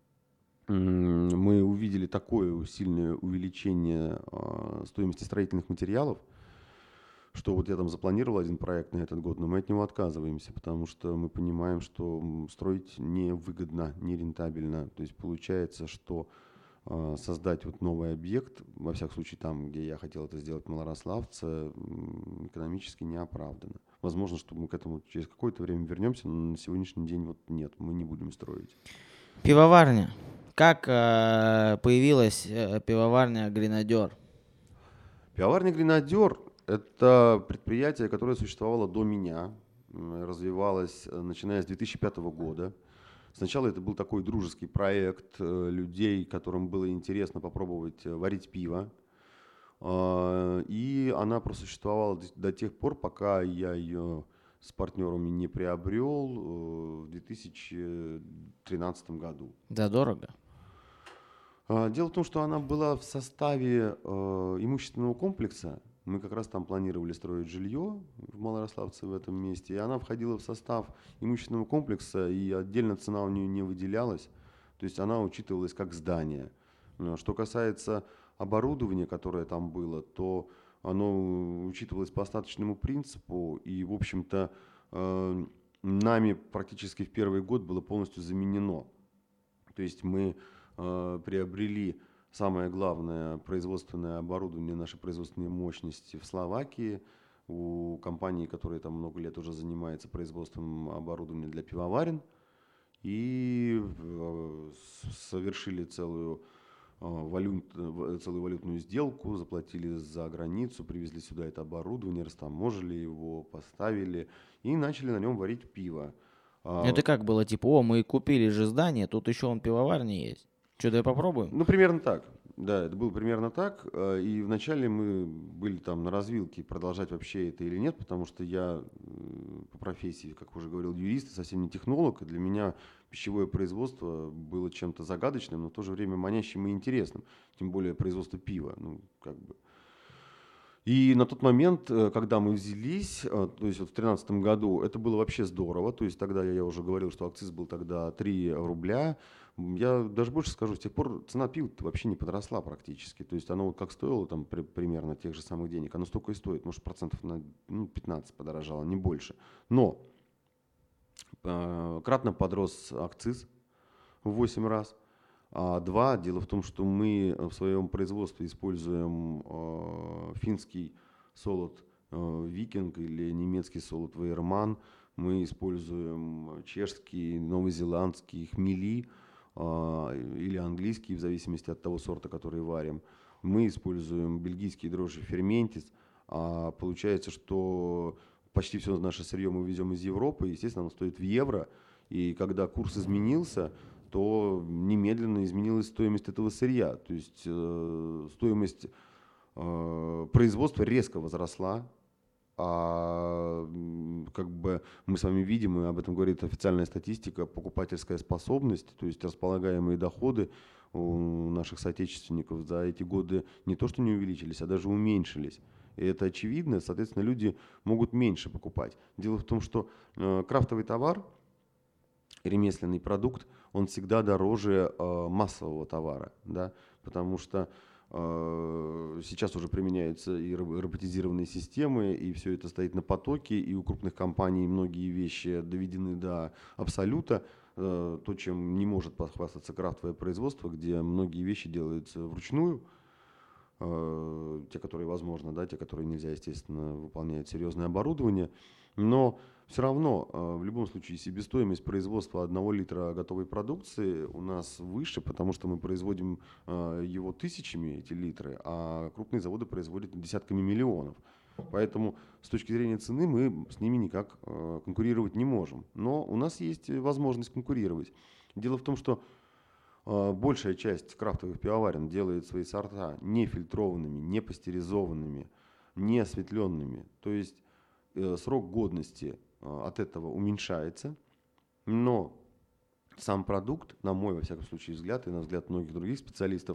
мы увидели такое сильное увеличение стоимости строительных материалов, что вот я там запланировал один проект на этот год, но мы от него отказываемся, потому что мы понимаем, что строить невыгодно, нерентабельно. То есть получается, что э, создать вот новый объект, во всяком случае там, где я хотел это сделать в Малорославце, м, экономически не оправдано. Возможно, что мы к этому через какое-то время вернемся, но на сегодняшний день вот нет, мы не будем строить. Пивоварня. Как э, появилась э, пивоварня «Гренадер»? Пивоварня «Гренадер» — это предприятие, которое существовало до меня, м, развивалось, э, начиная с две тысячи пятого года. Сначала это был такой дружеский проект э, людей, которым было интересно попробовать э, варить пиво. А, И она просуществовала до до тех пор, пока я ее с партнерами не приобрел э, в две тысячи тринадцатом году. Да, дорого. А, Дело в том, что она была в составе э, имущественного комплекса. Мы как раз там планировали строить жилье в Малорославце в этом месте. И она входила в состав имущественного комплекса, и отдельно цена у нее не выделялась. То есть она учитывалась как здание. Э, Что касается оборудования, которое там было, то оно учитывалось по остаточному принципу. И, в общем-то, э, нами практически в первый год было полностью заменено. То есть мы э, приобрели самое главное производственное оборудование, наши производственные мощности в Словакии у компании, которая там много лет уже занимается производством оборудования для пивоварен. И э, с- совершили целую, э, валют, э, целую валютную сделку, заплатили за границу, привезли сюда это оборудование, растаможили его, поставили и начали на нем варить пиво. А, Это как было? Типа, о, мы купили же здание, тут еще он пивоварня есть. Что, давай попробуем? Ну, примерно так. Да, это было примерно так. Э, И вначале мы были там на развилке, продолжать вообще это или нет, потому что я м, по профессии, как уже говорил, юрист, и совсем не технолог. И для меня пищевое производство было чем-то загадочным, но в то же время манящим и интересным. Тем более производство пива. Ну, как бы. И на тот момент, э, когда мы взялись, э, то есть вот в тринадцатом году, это было вообще здорово. То есть тогда я уже говорил, что акциз был тогда три рубля. М, Я даже больше скажу, с тех пор цена пива вообще не подросла практически. То есть оно вот как стоило там при- примерно тех же самых денег, оно столько и стоит. Может, процентов на ну, пятнадцать подорожало, не больше. Но э, кратно подрос акциз в восемь раз. А два, дело в том, что мы в своем производстве используем э, финский солод э, Викинг или немецкий солод Вейерман. Мы используем чешский, новозеландский хмели э, или английский, в зависимости от того сорта, который варим. Мы используем бельгийские дрожжи ферментис. А получается, что почти все наше сырье мы везем из Европы, естественно, оно стоит в евро. И когда курс изменился, то немедленно изменилась стоимость этого сырья. То есть э, стоимость э, производства резко возросла, а м, как бы мы с вами видим, и об этом говорит официальная статистика, покупательская способность, то есть располагаемые доходы у наших соотечественников за эти годы не то что не увеличились, а даже уменьшились. И это очевидно, соответственно, люди могут меньше покупать. Дело в том, что э, крафтовый товар, ремесленный продукт, он всегда дороже э, массового товара, да, потому что э, сейчас уже применяются и ро- роботизированные системы, и все это стоит на потоке, и у крупных компаний многие вещи доведены до абсолюта, э, то, чем не может похвастаться крафтовое производство, где многие вещи делаются вручную, э, те, которые возможно, да, те, которые нельзя, естественно, выполняют серьезное оборудование, но все равно, э, в любом случае, себестоимость производства одного литра готовой продукции у нас выше, потому что мы производим э, его тысячами, эти литры, а крупные заводы производят десятками миллионов. Поэтому с точки зрения цены мы с ними никак э, конкурировать не можем. Но у нас есть возможность конкурировать. Дело в том, что э, большая часть крафтовых пивоварен делает свои сорта не фильтрованными, не пастеризованными, не осветленными. То есть э, срок годности э, от этого уменьшается, но сам продукт, на мой, во всяком случае, взгляд, и на взгляд многих других специалистов,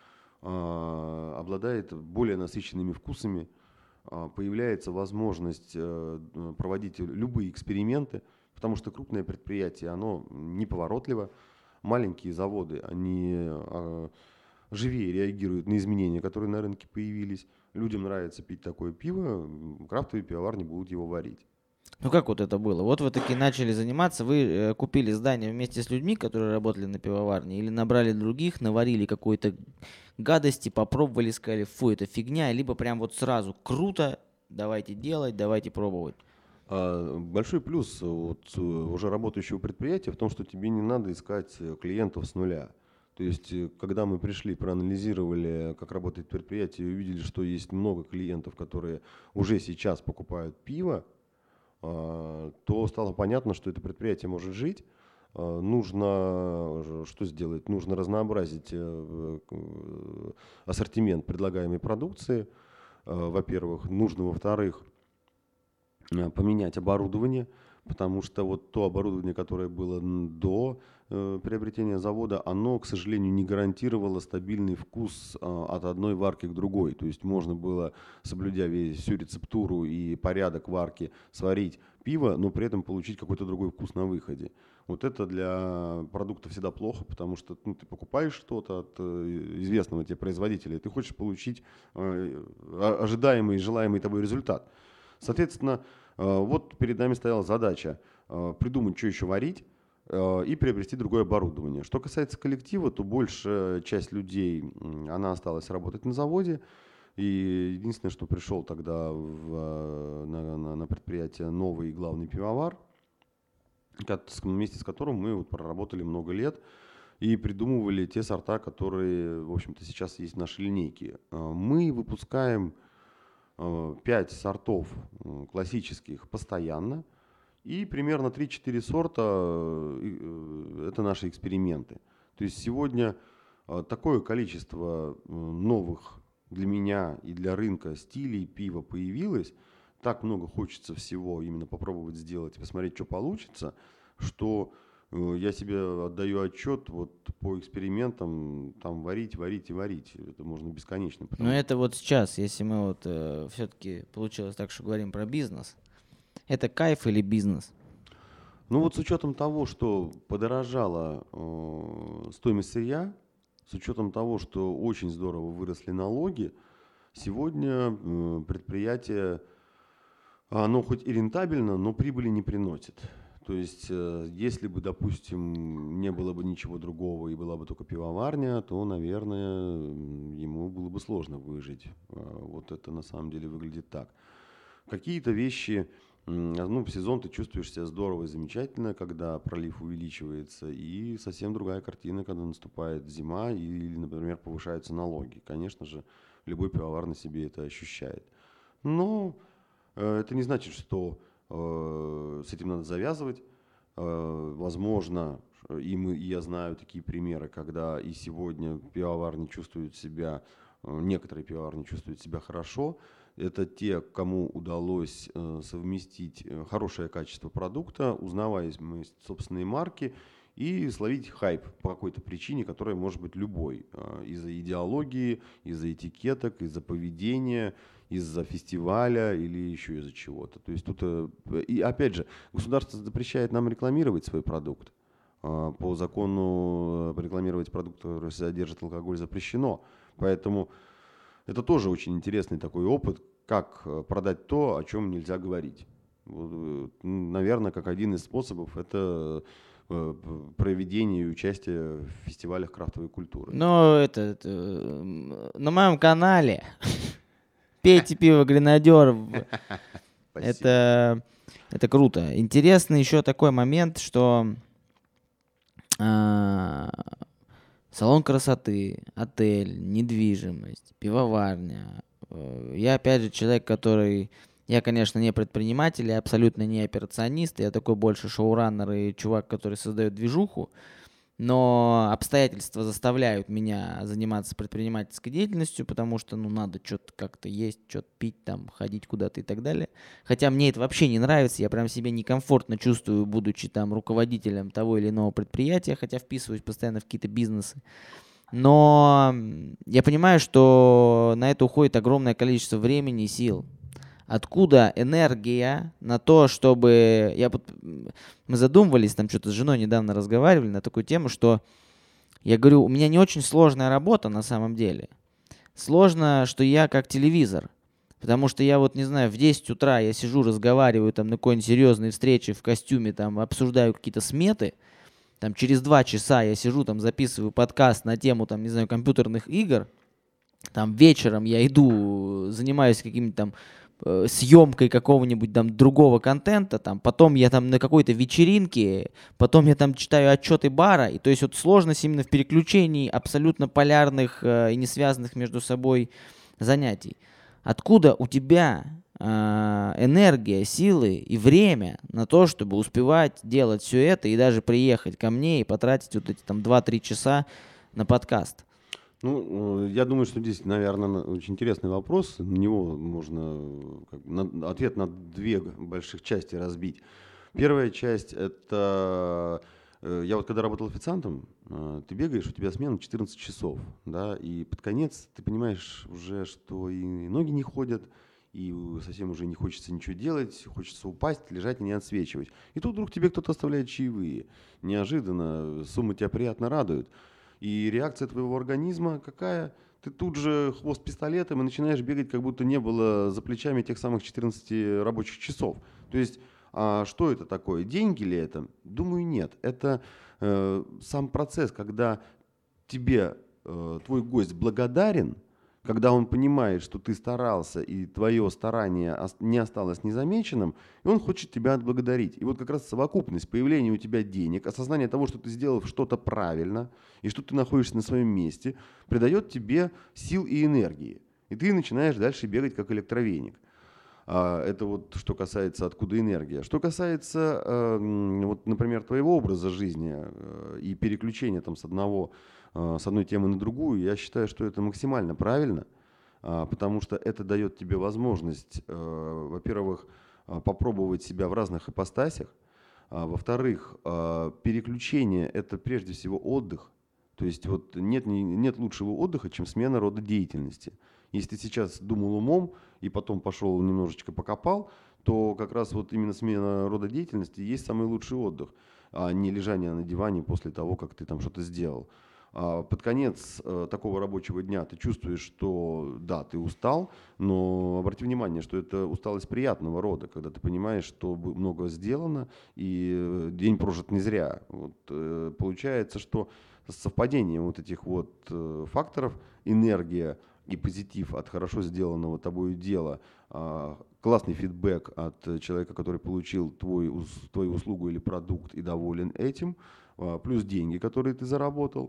э, обладает более насыщенными вкусами, э, появляется возможность э, д- проводить любые эксперименты, потому что крупное предприятие, оно неповоротливо, маленькие заводы, они э, живее реагируют на изменения, которые на рынке появились. Людям нравится пить такое пиво, м, крафтовые пивоварни будут его варить. Ну как вот это было? Вот вы такие начали заниматься, вы э, купили здание вместе с людьми, которые работали на пивоварне, или набрали других, наварили какой-то гадости, попробовали, сказали, фу, это фигня, либо прям вот сразу круто, давайте делать, давайте пробовать. А большой плюс вот э, уже работающего предприятия в том, что тебе не надо искать э, клиентов с нуля. То есть, э, когда мы пришли, проанализировали, как работает предприятие, и увидели, что есть много клиентов, которые уже сейчас покупают пиво, а, то стало понятно, что это предприятие может жить. А, Нужно э, что сделать? Нужно разнообразить э, к- э, ассортимент предлагаемой продукции, э, во-первых. Нужно, во-вторых, э, поменять оборудование, потому что вот то оборудование, которое было н- до э, приобретения завода, оно, к сожалению, не гарантировало стабильный вкус э, от одной варки к другой. То есть можно было, соблюдя весь, всю рецептуру и порядок варки, сварить пиво, но при этом получить какой-то другой вкус на выходе. Вот это для продукта всегда плохо, потому что ну, ты покупаешь что-то от э, известного тебе производителя, и ты хочешь получить э, о- ожидаемый и желаемый тобой результат. Соответственно, э, вот перед нами стояла задача э, придумать, что еще варить, э, и приобрести другое оборудование. Что касается коллектива, то большая часть людей, м, она осталась работать на заводе. И единственное, что пришел тогда в, э, на, на- на предприятие новый главный пивовар, кот- с- вместе с которым мы вот проработали много лет и придумывали те сорта, которые, в общем-то, сейчас есть в нашей линейке. Э, Мы выпускаем э, пять сортов э, классических постоянно, и примерно три-четыре сорта э, э, это наши эксперименты. То есть сегодня э, такое количество э, новых для меня и для рынка стилей пива появилось, так много хочется всего именно попробовать сделать и посмотреть, что получится, что э, я себе отдаю отчет вот по экспериментам, там варить, варить и варить. Это можно бесконечно. Но Потому... это вот сейчас, если мы вот э, все-таки получилось так, что говорим про бизнес, это кайф или бизнес? Ну вот с учетом того, что подорожала э, стоимость сырья, с учетом того, что очень здорово выросли налоги, сегодня э, предприятие, оно хоть и рентабельно, но прибыли не приносит. То есть, э, если бы, допустим, не было бы ничего другого и была бы только пивоварня, то, наверное, м, ему было бы сложно выжить. Э, Вот это на самом деле выглядит так. Какие-то вещи, м, ну, в сезон ты чувствуешь себя здорово и замечательно, когда пролив увеличивается, и совсем другая картина, когда наступает зима или, например, повышаются налоги. Конечно же, любой пивовар на себе это ощущает. Но э, это не значит, что э, с этим надо завязывать. Э, возможно, ш- и, мы, и я знаю такие примеры, когда и сегодня пивоварни чувствуют себя, э, некоторые пивоварни чувствуют себя хорошо. Это те, кому удалось э, совместить э, хорошее качество продукта, узнаваемость собственной марки и словить хайп по какой-то причине, которая может быть любой. Э, из-за идеологии, из-за этикеток, из-за поведения, из-за фестиваля или еще из-за чего-то. То есть тут, э, и опять же, государство запрещает нам рекламировать свой продукт. Э, По закону э, рекламировать продукт, который содержит алкоголь, запрещено. Поэтому это тоже очень интересный такой опыт, как э, продать то, о чем нельзя говорить. Вот, э, м, наверное, как один из способов это э, п- проведение и участие в фестивалях крафтовой культуры. Но это, это, м, на моем канале пейте пиво Гренадер. в- Спасибо. Это, это круто. Интересный еще такой момент, что а, салон красоты, отель, недвижимость, пивоварня. Э, Я, опять же, человек, который... Я, конечно, не предприниматель, я абсолютно не операционист. Я такой больше шоураннер и чувак, который создает движуху. Но обстоятельства заставляют меня заниматься предпринимательской деятельностью, потому что, ну, надо что-то как-то есть, что-то пить, там, ходить куда-то и так далее. Хотя мне это вообще не нравится, я прям себя некомфортно чувствую, будучи там руководителем того или иного предприятия, хотя вписываюсь постоянно в какие-то бизнесы. Но м, я понимаю, что на это уходит огромное количество времени и сил. Откуда энергия на то, чтобы... Я вот... м, Мы задумывались, там что-то с женой недавно разговаривали на такую тему, что я говорю, у меня не очень сложная работа на самом деле. Сложно, что я как телевизор. Потому что я вот, не знаю, в десять утра я сижу, разговариваю там на какой-нибудь серьезной встрече в костюме, там обсуждаю какие-то сметы, там через два часа я сижу, там записываю подкаст на тему, там, не знаю, компьютерных игр, там вечером я иду, занимаюсь каким-то там э, съемкой какого-нибудь там другого контента, там, потом я там на какой-то вечеринке, потом я там читаю отчеты бара, и то есть вот сложность именно в переключении абсолютно полярных э, и не связанных между собой занятий. Откуда у тебя э, энергия, силы и время на то, чтобы успевать делать все это и даже приехать ко мне и потратить вот эти там два-три часа на подкаст? Ну, я думаю, что здесь, наверное, очень интересный вопрос. На него можно как, на, ответ на две больших части разбить. Первая часть – это… Я вот когда работал официантом, ты бегаешь, у тебя смена четырнадцать часов, да, и под конец ты понимаешь уже, что и ноги не ходят, и совсем уже не хочется ничего делать, хочется упасть, лежать и не отсвечивать. И тут вдруг тебе кто-то оставляет чаевые. Неожиданно, сумма тебя приятно радует. И реакция твоего организма какая? Ты тут же хвост пистолетом и начинаешь бегать, как будто не было за плечами тех самых четырнадцати рабочих часов. То есть, а что это такое? Деньги ли это? Думаю, нет. Это э, сам процесс, когда тебе э, твой гость благодарен, когда он понимает, что ты старался, и твое старание не осталось незамеченным, и он хочет тебя отблагодарить. И вот как раз совокупность появления у тебя денег, осознание того, что ты сделал что-то правильно, и что ты находишься на своем месте, придает тебе сил и энергии. И ты начинаешь дальше бегать как электровеник. Это вот что касается, откуда энергия. Что касается, вот, например, твоего образа жизни и переключения там, с, одного, с одной темы на другую, я считаю, что это максимально правильно, потому что это дает тебе возможность, во-первых, попробовать себя в разных ипостасях, во-вторых, переключение – это прежде всего отдых. То есть вот нет, нет лучшего отдыха, чем смена рода деятельности. Если ты сейчас думал умом и потом пошел немножечко покопал, то как раз вот именно смена рода деятельности есть самый лучший отдых, а не лежание на диване после того, как ты там что-то сделал. А под конец э, такого рабочего дня ты чувствуешь, что да, ты устал, но обрати внимание, что это усталость приятного рода, когда ты понимаешь, что много сделано и день прожит не зря. Вот, э, получается, что с совпадением вот этих вот э, факторов энергия и позитив от хорошо сделанного тобой дела, э, классный фидбэк от человека, который получил твой, твою услугу или продукт и доволен этим, э, плюс деньги, которые ты заработал,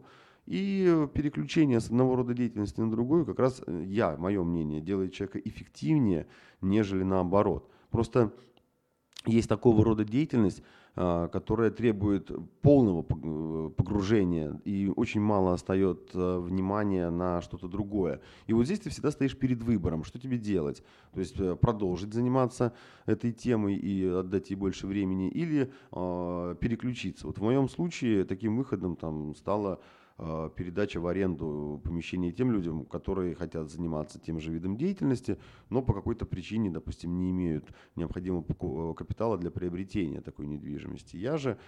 и переключение с одного рода деятельности на другую, как раз, я, мое мнение, делает человека эффективнее, нежели наоборот. Просто есть такого рода деятельность, которая требует полного погружения, и очень мало остается внимания на что-то другое. И вот здесь ты всегда стоишь перед выбором, что тебе делать. То есть продолжить заниматься этой темой и отдать ей больше времени, или э, переключиться. Вот в моем случае таким выходом там стало передача в аренду помещения тем людям, которые хотят заниматься тем же видом деятельности, но по какой-то причине, допустим, не имеют необходимого капитала для приобретения такой недвижимости. Я же,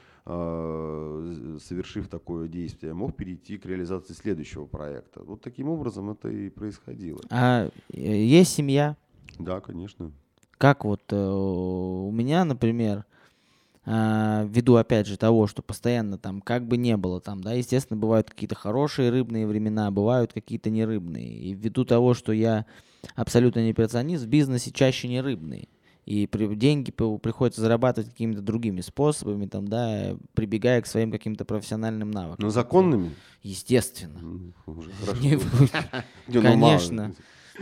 совершив такое действие, мог перейти к реализации следующего проекта. Вот таким образом это и происходило. А есть семья? Да, конечно. Как вот э, у меня, например, Uh, ввиду, опять же, того, что постоянно там, как бы не было там, да, естественно, бывают какие-то хорошие рыбные времена, бывают какие-то нерыбные. И ввиду того, что я абсолютно не перфекционист, в бизнесе чаще не рыбные. И при, деньги приходится зарабатывать какими-то другими способами, там, да, прибегая к своим каким-то профессиональным навыкам. Но законными? Естественно. Уже хорошо. Конечно.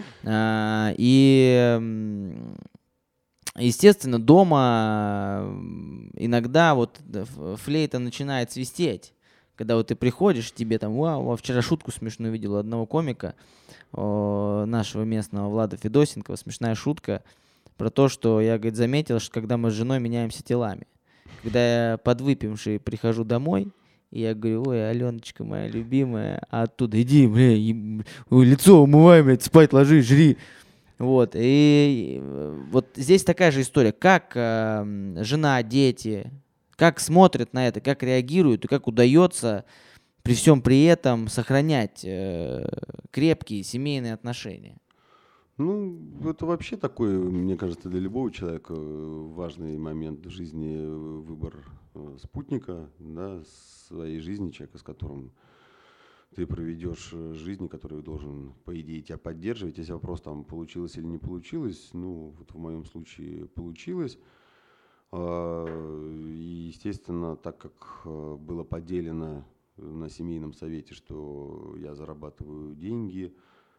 И... Естественно, дома иногда вот флейта начинает свистеть. Когда вот ты приходишь, тебе там, вау, вчера шутку смешную видел у одного комика, о, нашего местного Влада Федосенкова, смешная шутка про то, что я, говорит, заметил, что когда мы с женой меняемся телами. Когда я подвыпивший прихожу домой, и я говорю, ой, Аленочка моя любимая, а оттуда, иди, бля, и, лицо умывай, блядь, спать ложись, жри. Вот, и вот здесь такая же история, как э, жена, дети, как смотрят на это, как реагируют, и как удается при всем при этом сохранять э, крепкие семейные отношения. Ну, это вообще такой, мне кажется, для любого человека важный момент в жизни, выбор э, спутника, да, своей жизни, человека, с которым ты проведешь э, жизнь, который должен, по идее, тебя поддерживать. Если вопрос там получилось или не получилось, ну, вот в моем случае получилось. А, И, естественно, так как э, было поделено на семейном совете, что я зарабатываю деньги,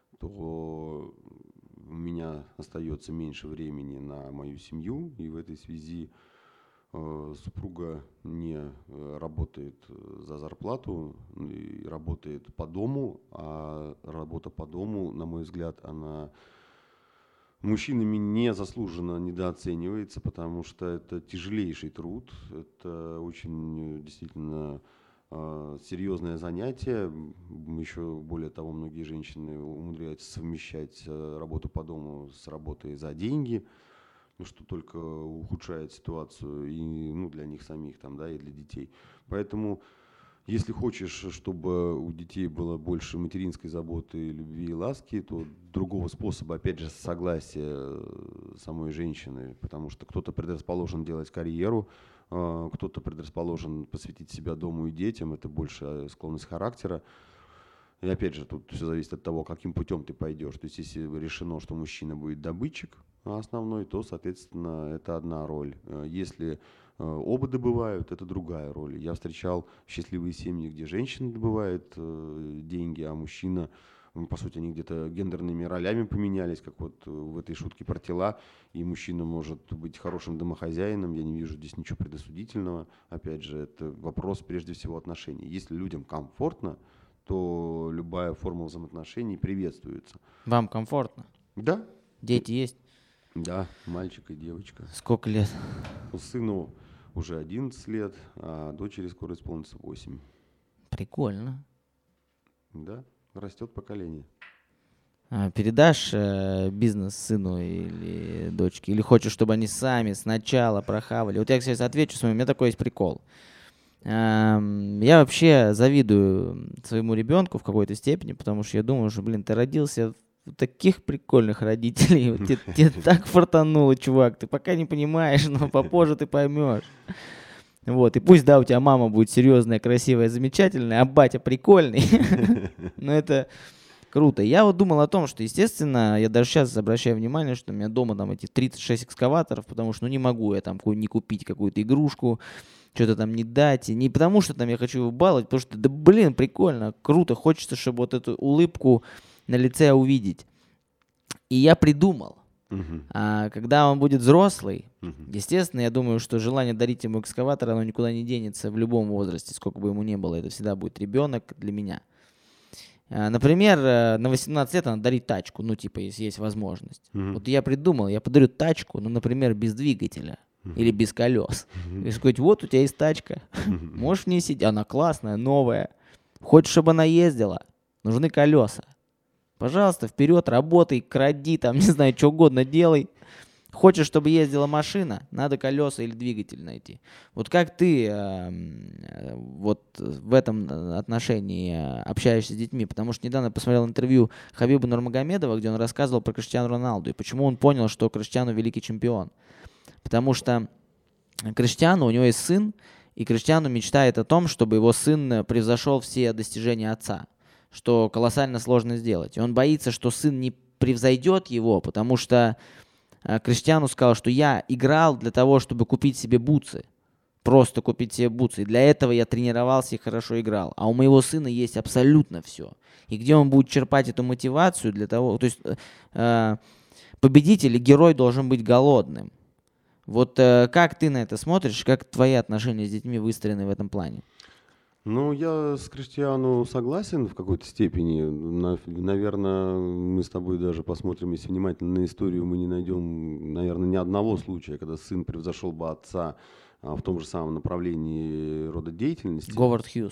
то у меня остается меньше времени на мою семью, и в этой связи э, супруга не э, работает э, за зарплату, и работает по дому, а работа по дому, на мой взгляд, она мужчинами незаслуженно недооценивается, потому что это тяжелейший труд, это очень э, действительно э, серьезное занятие. М, Еще более того, многие женщины умудряются совмещать э, работу по дому с работой за деньги, ну, что только ухудшает ситуацию и ну, для них самих, там, да, и для детей. Поэтому если хочешь, чтобы у детей было больше материнской заботы, любви и ласки, то другого способа, опять же, согласия э, самой женщины, потому что кто-то предрасположен делать карьеру, э, кто-то предрасположен посвятить себя дому и детям, это больше э, склонность характера. И опять же, тут все зависит от того, каким путем ты пойдешь. То есть, если решено, что мужчина будет добытчик основной, то, соответственно, это одна роль. Э, Если э, оба добывают, это другая роль. Я встречал счастливые семьи, где женщина добывает э, деньги, а мужчина, м, по сути, они где-то гендерными ролями поменялись, как вот э, в этой шутке про тела, и мужчина может быть хорошим домохозяином, я не вижу здесь ничего предосудительного. Опять же, это вопрос прежде всего отношений. Если людям комфортно, то любая форма взаимоотношений приветствуется. Вам комфортно? Да, Дети есть? да, мальчик и девочка. Сколько лет? Сыну уже одиннадцать лет, а дочери скоро исполнится восемь. Прикольно. Да, растет поколение. А, передашь э, бизнес сыну или дочке? Или хочешь, чтобы они сами сначала прохавали? Вот я, кстати, отвечу с вами, у меня такой есть прикол. Эм, Я вообще завидую своему ребенку в какой-то степени, потому что я думаю, что, блин, ты родился у таких прикольных родителей, вот тебе, тебе так фартануло, чувак, ты пока не понимаешь, но попозже ты поймешь. Вот, и пусть, да, у тебя мама будет серьезная, красивая, замечательная, а батя прикольный, но это круто. Я вот думал о том, что, естественно, я даже сейчас обращаю внимание, что у меня дома там эти тридцать шесть экскаваторов, потому что, ну, не могу я там ку- не купить какую-то игрушку, что-то там не дать. И не потому, что там я хочу его баловать, потому что, да блин, прикольно, круто, хочется, чтобы вот эту улыбку на лице увидеть. И я придумал, Мгм, а, когда он будет взрослый, мгм, естественно, я думаю, что желание дарить ему экскаватор, оно никуда не денется в любом возрасте, сколько бы ему ни было. Это всегда будет ребенок для меня. А, Например, э, на восемнадцать лет надо дарить тачку, ну, типа, если есть возможность. мгм, Вот я придумал, я подарю тачку, ну, например, без двигателя или без колес. мгм, И сказать, вот у тебя есть тачка, мгм. можешь в ней сидеть, она классная, новая. Хочешь, чтобы она ездила? Нужны колеса. Пожалуйста, вперед, работай, кради, там, не знаю, что угодно делай. Хочешь, чтобы ездила машина, надо колеса или двигатель найти. Вот как ты эм, э, вот в этом э, отношении э, общаешься с детьми? Потому что недавно я посмотрел интервью Хабиба Нурмагомедова, где он рассказывал про Криштиану Роналду и почему он понял, что Криштиану великий чемпион. Потому что Криштиану, у него есть сын, и Криштиану мечтает о том, чтобы его сын превзошел все достижения отца, что колоссально сложно сделать. И он боится, что сын не превзойдет его, потому что э, Криштиану сказал, что я играл для того, чтобы купить себе бутсы. Просто купить себе бутсы. И для этого я тренировался и хорошо играл. А у моего сына есть абсолютно все. И где он будет черпать эту мотивацию для того... То есть э, победитель и герой должен быть голодным. Вот э, как ты на это смотришь, как твои отношения с детьми выстроены в этом плане? Ну, я с Криштиану согласен в какой-то степени. Наверное, мы с тобой даже посмотрим, если внимательно на историю, мы не найдем, наверное, ни одного случая, когда сын превзошел бы отца а, в том же самом направлении рода деятельности. Говард Хьюз.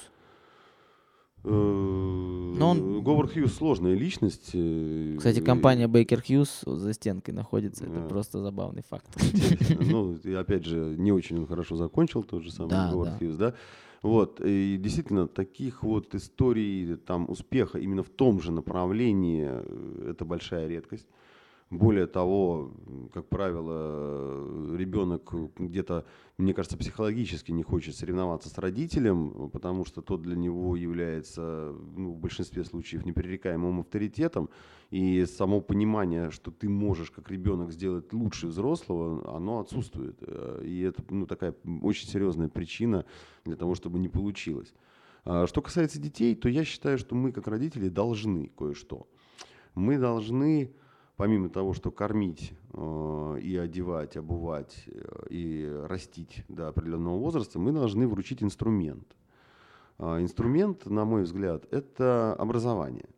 Э, Но он, Говард Хьюз сложная личность. э, кстати, компания Бейкер Хьюз за стенкой находится. Это Да. просто забавный факт. Интересно. Ну, и опять же, не очень он хорошо закончил, тот же самый Да, Говард да. Хьюз, да. Вот, и действительно, таких вот историй там успеха именно в том же направлении, э, это большая редкость. Более того, как правило, ребенок где-то, мне кажется, психологически не хочет соревноваться с родителем, потому что тот для него является, ну, в большинстве случаев непререкаемым авторитетом. И само понимание, что ты можешь как ребенок сделать лучше взрослого, оно отсутствует. И это, ну, такая очень серьезная причина для того, чтобы не получилось. Что касается детей, то я считаю, что мы как родители должны кое-что. Мы должны, помимо того, что кормить э, и одевать, обувать э, и растить до определенного возраста, мы должны вручить инструмент. Э, инструмент, на мой взгляд, это образование.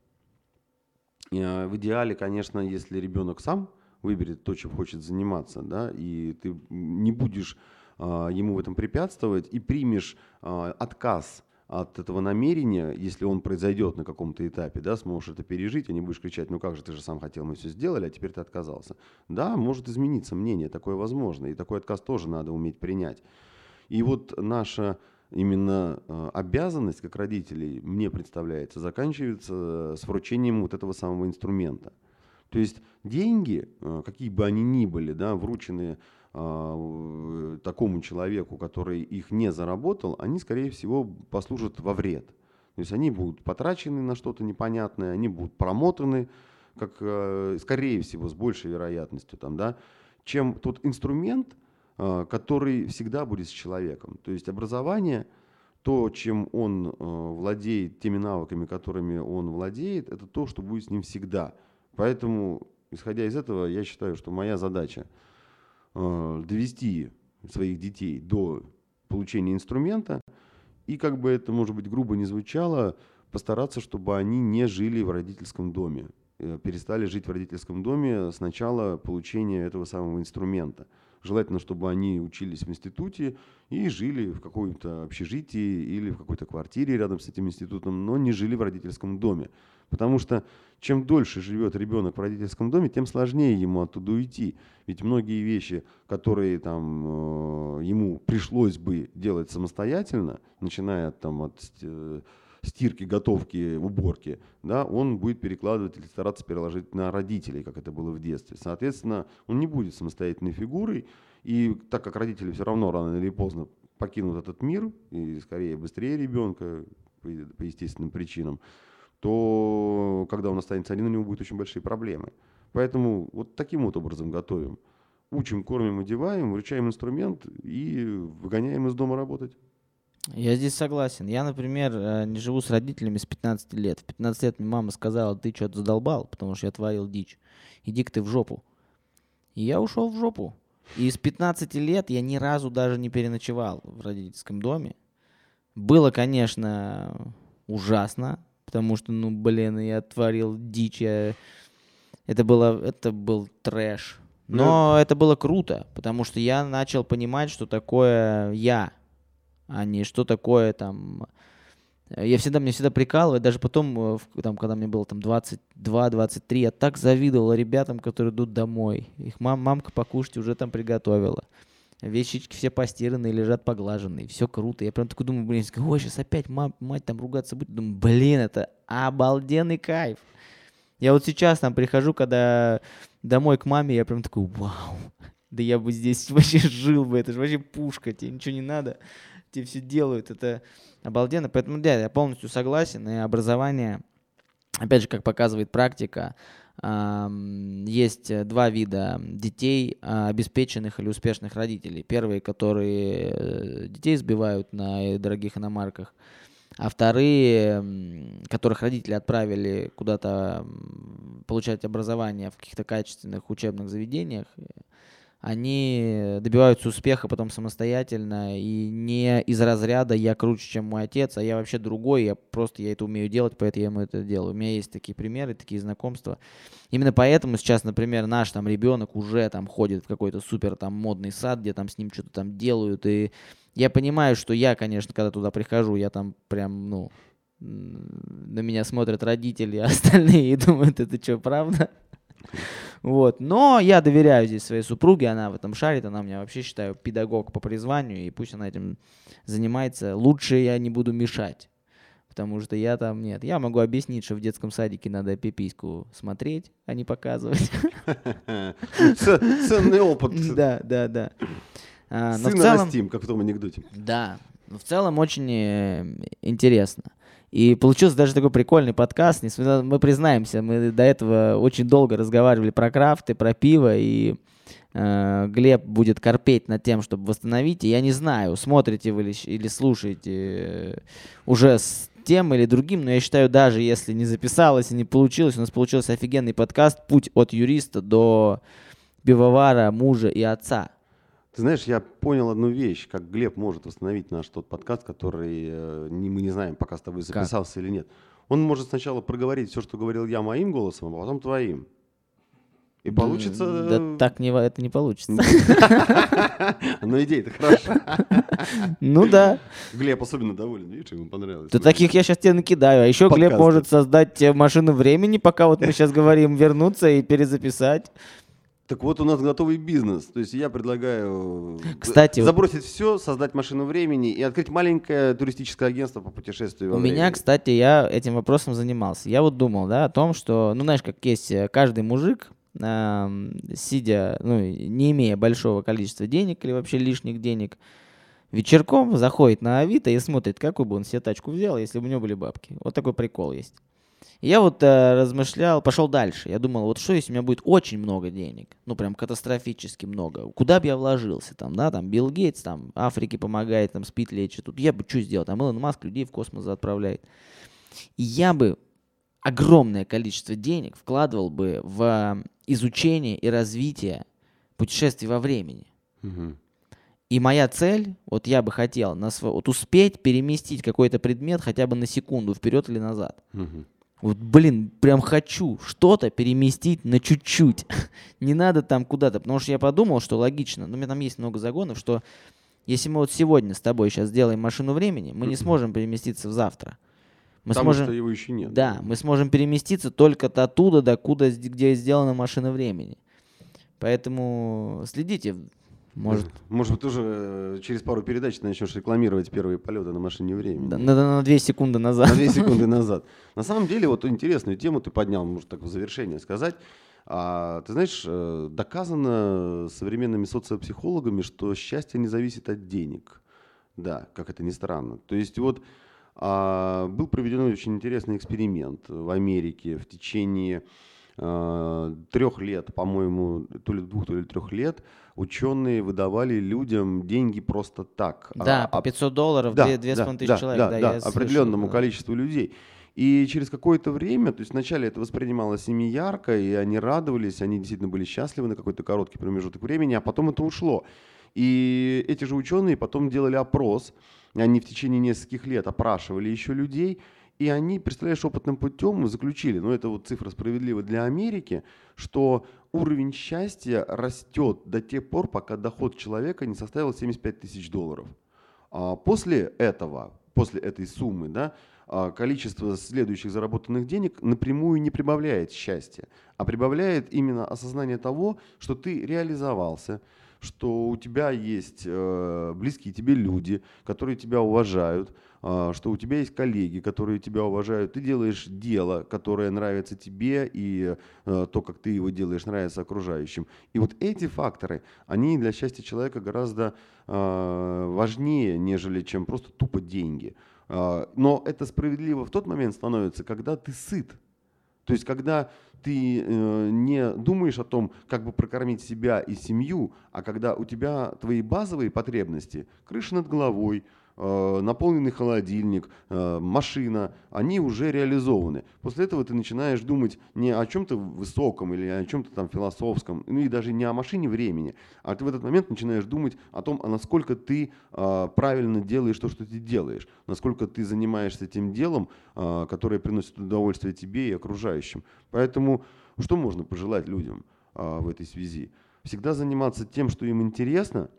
Э, в идеале, конечно, если ребенок сам выберет то, чем хочет заниматься, да, и ты не будешь э, ему в этом препятствовать и примешь э, отказ от этого намерения, если он произойдет на каком-то этапе, да, сможешь это пережить, а не будешь кричать: ну как же, ты же сам хотел, мы все сделали, а теперь ты отказался. Да, может измениться мнение, такое возможно, и такой отказ тоже надо уметь принять. И вот наша именно э, обязанность как родителей, мне представляется, заканчивается с вручением вот этого самого инструмента. То есть деньги, э, какие бы они ни были, да, врученные такому человеку, который их не заработал, они, скорее всего, послужат во вред. То есть они будут потрачены на что-то непонятное, они будут промотаны, как, скорее всего, с большей вероятностью, там, да, чем тот инструмент, который всегда будет с человеком. То есть образование, то, чем он владеет, теми навыками, которыми он владеет, это то, что будет с ним всегда. Поэтому, исходя из этого, я считаю, что моя задача довести своих детей до получения инструмента и, как бы это, может быть, грубо не звучало, постараться, чтобы они не жили в родительском доме, перестали жить в родительском доме с начала получения этого самого инструмента. Желательно, чтобы они учились в институте и жили в каком-то общежитии или в какой-то квартире рядом с этим институтом, но не жили в родительском доме. Потому что чем дольше живет ребенок в родительском доме, тем сложнее ему оттуда уйти. Ведь многие вещи, которые там, э, ему пришлось бы делать самостоятельно, начиная там, от э, стирки, готовки, уборки, да, он будет перекладывать или стараться переложить на родителей, как это было в детстве. Соответственно, он не будет самостоятельной фигурой, и так как родители все равно рано или поздно покинут этот мир, и скорее быстрее ребенка, по, по естественным причинам, то когда он останется один, у него будут очень большие проблемы. Поэтому вот таким вот образом готовим. Учим, кормим, одеваем, вручаем инструмент и выгоняем из дома работать. Я здесь согласен. Я, например, не живу с родителями с пятнадцати лет. В пятнадцать лет мне мама сказала: ты что-то задолбал, потому что я творил дичь. Иди-ка ты в жопу. И я ушел в жопу. И с пятнадцати лет я ни разу даже не переночевал в родительском доме. Было, конечно, ужасно, потому что, ну, блин, я творил дичь. Я... Это, было, это был трэш. Но yeah. это было круто, потому что я начал понимать, что такое я, а не что такое там... Я всегда, мне всегда прикалывает, даже потом, там, когда мне было там двадцать два двадцать три, я так завидовал ребятам, которые идут домой. Их мам, мамка покушать уже там приготовила. Вещички все постиранные, лежат поглаженные. Все круто. Я прям такой думаю, блин, ой, сейчас опять мать, мать там ругаться будет. Думаю, блин, это обалденный кайф. Я вот сейчас там прихожу, когда домой к маме, я прям такой, вау, да я бы здесь вообще жил бы, это же вообще пушка, тебе ничего не надо, тебе все делают, это обалденно. Поэтому, да, я полностью согласен, и образование, опять же, как показывает практика, есть два вида детей, обеспеченных или успешных родителей. Первые, которые детей сбивают на дорогих иномарках, а вторые, которых родители отправили куда-то получать образование в каких-то качественных учебных заведениях, они добиваются успеха потом самостоятельно и не из разряда «я круче, чем мой отец», а я вообще другой, я просто я это умею делать, поэтому я это делаю. У меня есть такие примеры, такие знакомства. Именно поэтому сейчас, например, наш там ребенок уже там ходит в какой-то супер там модный сад, где там с ним что-то там делают, и я понимаю, что я, конечно, когда туда прихожу, я там прям, ну, на меня смотрят родители, а остальные и думают, это что, правда? Вот. Но я доверяю здесь своей супруге, она в этом шарит, она у меня вообще, считаю, педагог по призванию, и пусть она этим занимается. Лучше я не буду мешать. Потому что я там нет. Я могу объяснить, что в детском садике надо пипиську смотреть, а не показывать. Ценный опыт. Да, да, да. Сына растим, как в том анекдоте. Да, но в целом очень интересно. И получился даже такой прикольный подкаст. Мы признаемся, мы до этого очень долго разговаривали про крафты, про пиво, и э, Глеб будет корпеть над тем, чтобы восстановить. И я не знаю, смотрите вы или, или слушаете уже с тем или другим, но я считаю, даже если не записалось и не получилось, у нас получился офигенный подкаст «Путь от юриста до пивовара, мужа и отца». Ты знаешь, я понял одну вещь, как Глеб может восстановить наш тот подкаст, который э, не, мы не знаем, пока с тобой записался как? Или нет. Он может сначала проговорить все, что говорил я моим голосом, а потом твоим. И получится... Да так не, это не получится. Но идея-то хороша. Ну да. Глеб особенно доволен, видишь, ему понравилось. Да таких я сейчас тебе накидаю. А еще Глеб может создать машину времени, пока вот мы сейчас говорим, вернуться и перезаписать. Так вот, у нас готовый бизнес. То есть я предлагаю кстати, забросить все, создать машину времени и открыть маленькое туристическое агентство по путешествию во У времени. меня, кстати, я этим вопросом занимался. Я вот думал, да, о том, что, ну, знаешь, как есть каждый мужик, э, сидя, ну, не имея большого количества денег или вообще лишних денег, вечерком заходит на Авито и смотрит, какую бы он себе тачку взял, если бы у него были бабки. Вот такой прикол есть. Я вот э, размышлял, пошел дальше. Я думал, вот что если у меня будет очень много денег, ну прям катастрофически много, куда бы я вложился там, да, там Билл Гейтс, там Африке помогает, там СПИД лечит, тут я бы что сделал, там Илон Маск людей в космос отправляет. И я бы огромное количество денег вкладывал бы в изучение и развитие путешествий во времени. Угу. И моя цель, вот я бы хотел на св... вот успеть переместить какой-то предмет хотя бы на секунду вперед или назад. Угу. Вот, блин, прям хочу что-то переместить на чуть-чуть. Не надо там куда-то. Потому что я подумал, что логично, ну, у меня там есть много загонов, что если мы вот сегодня с тобой сейчас сделаем машину времени, мы не сможем переместиться в завтра. Мы Потому сможем... что его еще нет. Да, мы сможем переместиться только оттуда, до куда, где сделана машина времени. Поэтому следите. Может, Может быть, тоже через пару передач ты начнешь рекламировать первые полеты на машине времени. Да, на, на две секунды назад. На две секунды назад. На самом деле, вот интересную тему ты поднял, может так в завершение сказать. А, ты знаешь, доказано современными социопсихологами, что счастье не зависит от денег. Да, как это ни странно. То есть вот а, был проведен очень интересный эксперимент в Америке в течение а, трех лет, по-моему, то ли двух, то ли трех лет, ученые выдавали людям деньги просто так. Да, а, по пятьсот долларов, да, две с половиной тысячи да, человек. Да, Да, да, я определенному слышал, количеству людей. И через какое-то время, то есть вначале это воспринималось ими ярко, и они радовались, они действительно были счастливы на какой-то короткий промежуток времени, а потом это ушло. И эти же ученые потом делали опрос, они в течение нескольких лет опрашивали еще людей, и они, представляешь, опытным путем заключили, ну это вот цифра справедлива для Америки, что уровень счастья растет до тех пор, пока доход человека не составил семьдесят пять тысяч долларов. А после этого, после этой суммы, да, количество следующих заработанных денег напрямую не прибавляет счастья, а прибавляет именно осознание того, что ты реализовался, что у тебя есть э, близкие тебе люди, которые тебя уважают, э, что у тебя есть коллеги, которые тебя уважают. Ты делаешь дело, которое нравится тебе, и э, то, как ты его делаешь, нравится окружающим. И вот эти факторы, они для счастья человека гораздо э, важнее, нежели чем просто тупо деньги. Э, но это справедливо в тот момент становится, когда ты сыт. То есть, когда ты э, не думаешь о том, как бы прокормить себя и семью, а когда у тебя твои базовые потребности, крыша над головой, э, наполненный холодильник, э, машина, они уже реализованы. После этого ты начинаешь думать не о чем-то высоком или о чем-то там философском, ну и даже не о машине времени, а ты в этот момент начинаешь думать о том, а насколько ты э, правильно делаешь то, что ты делаешь, насколько ты занимаешься тем делом, э, которое приносит удовольствие тебе и окружающим. Поэтому что можно пожелать людям э, в этой связи? Всегда заниматься тем, что им интересно,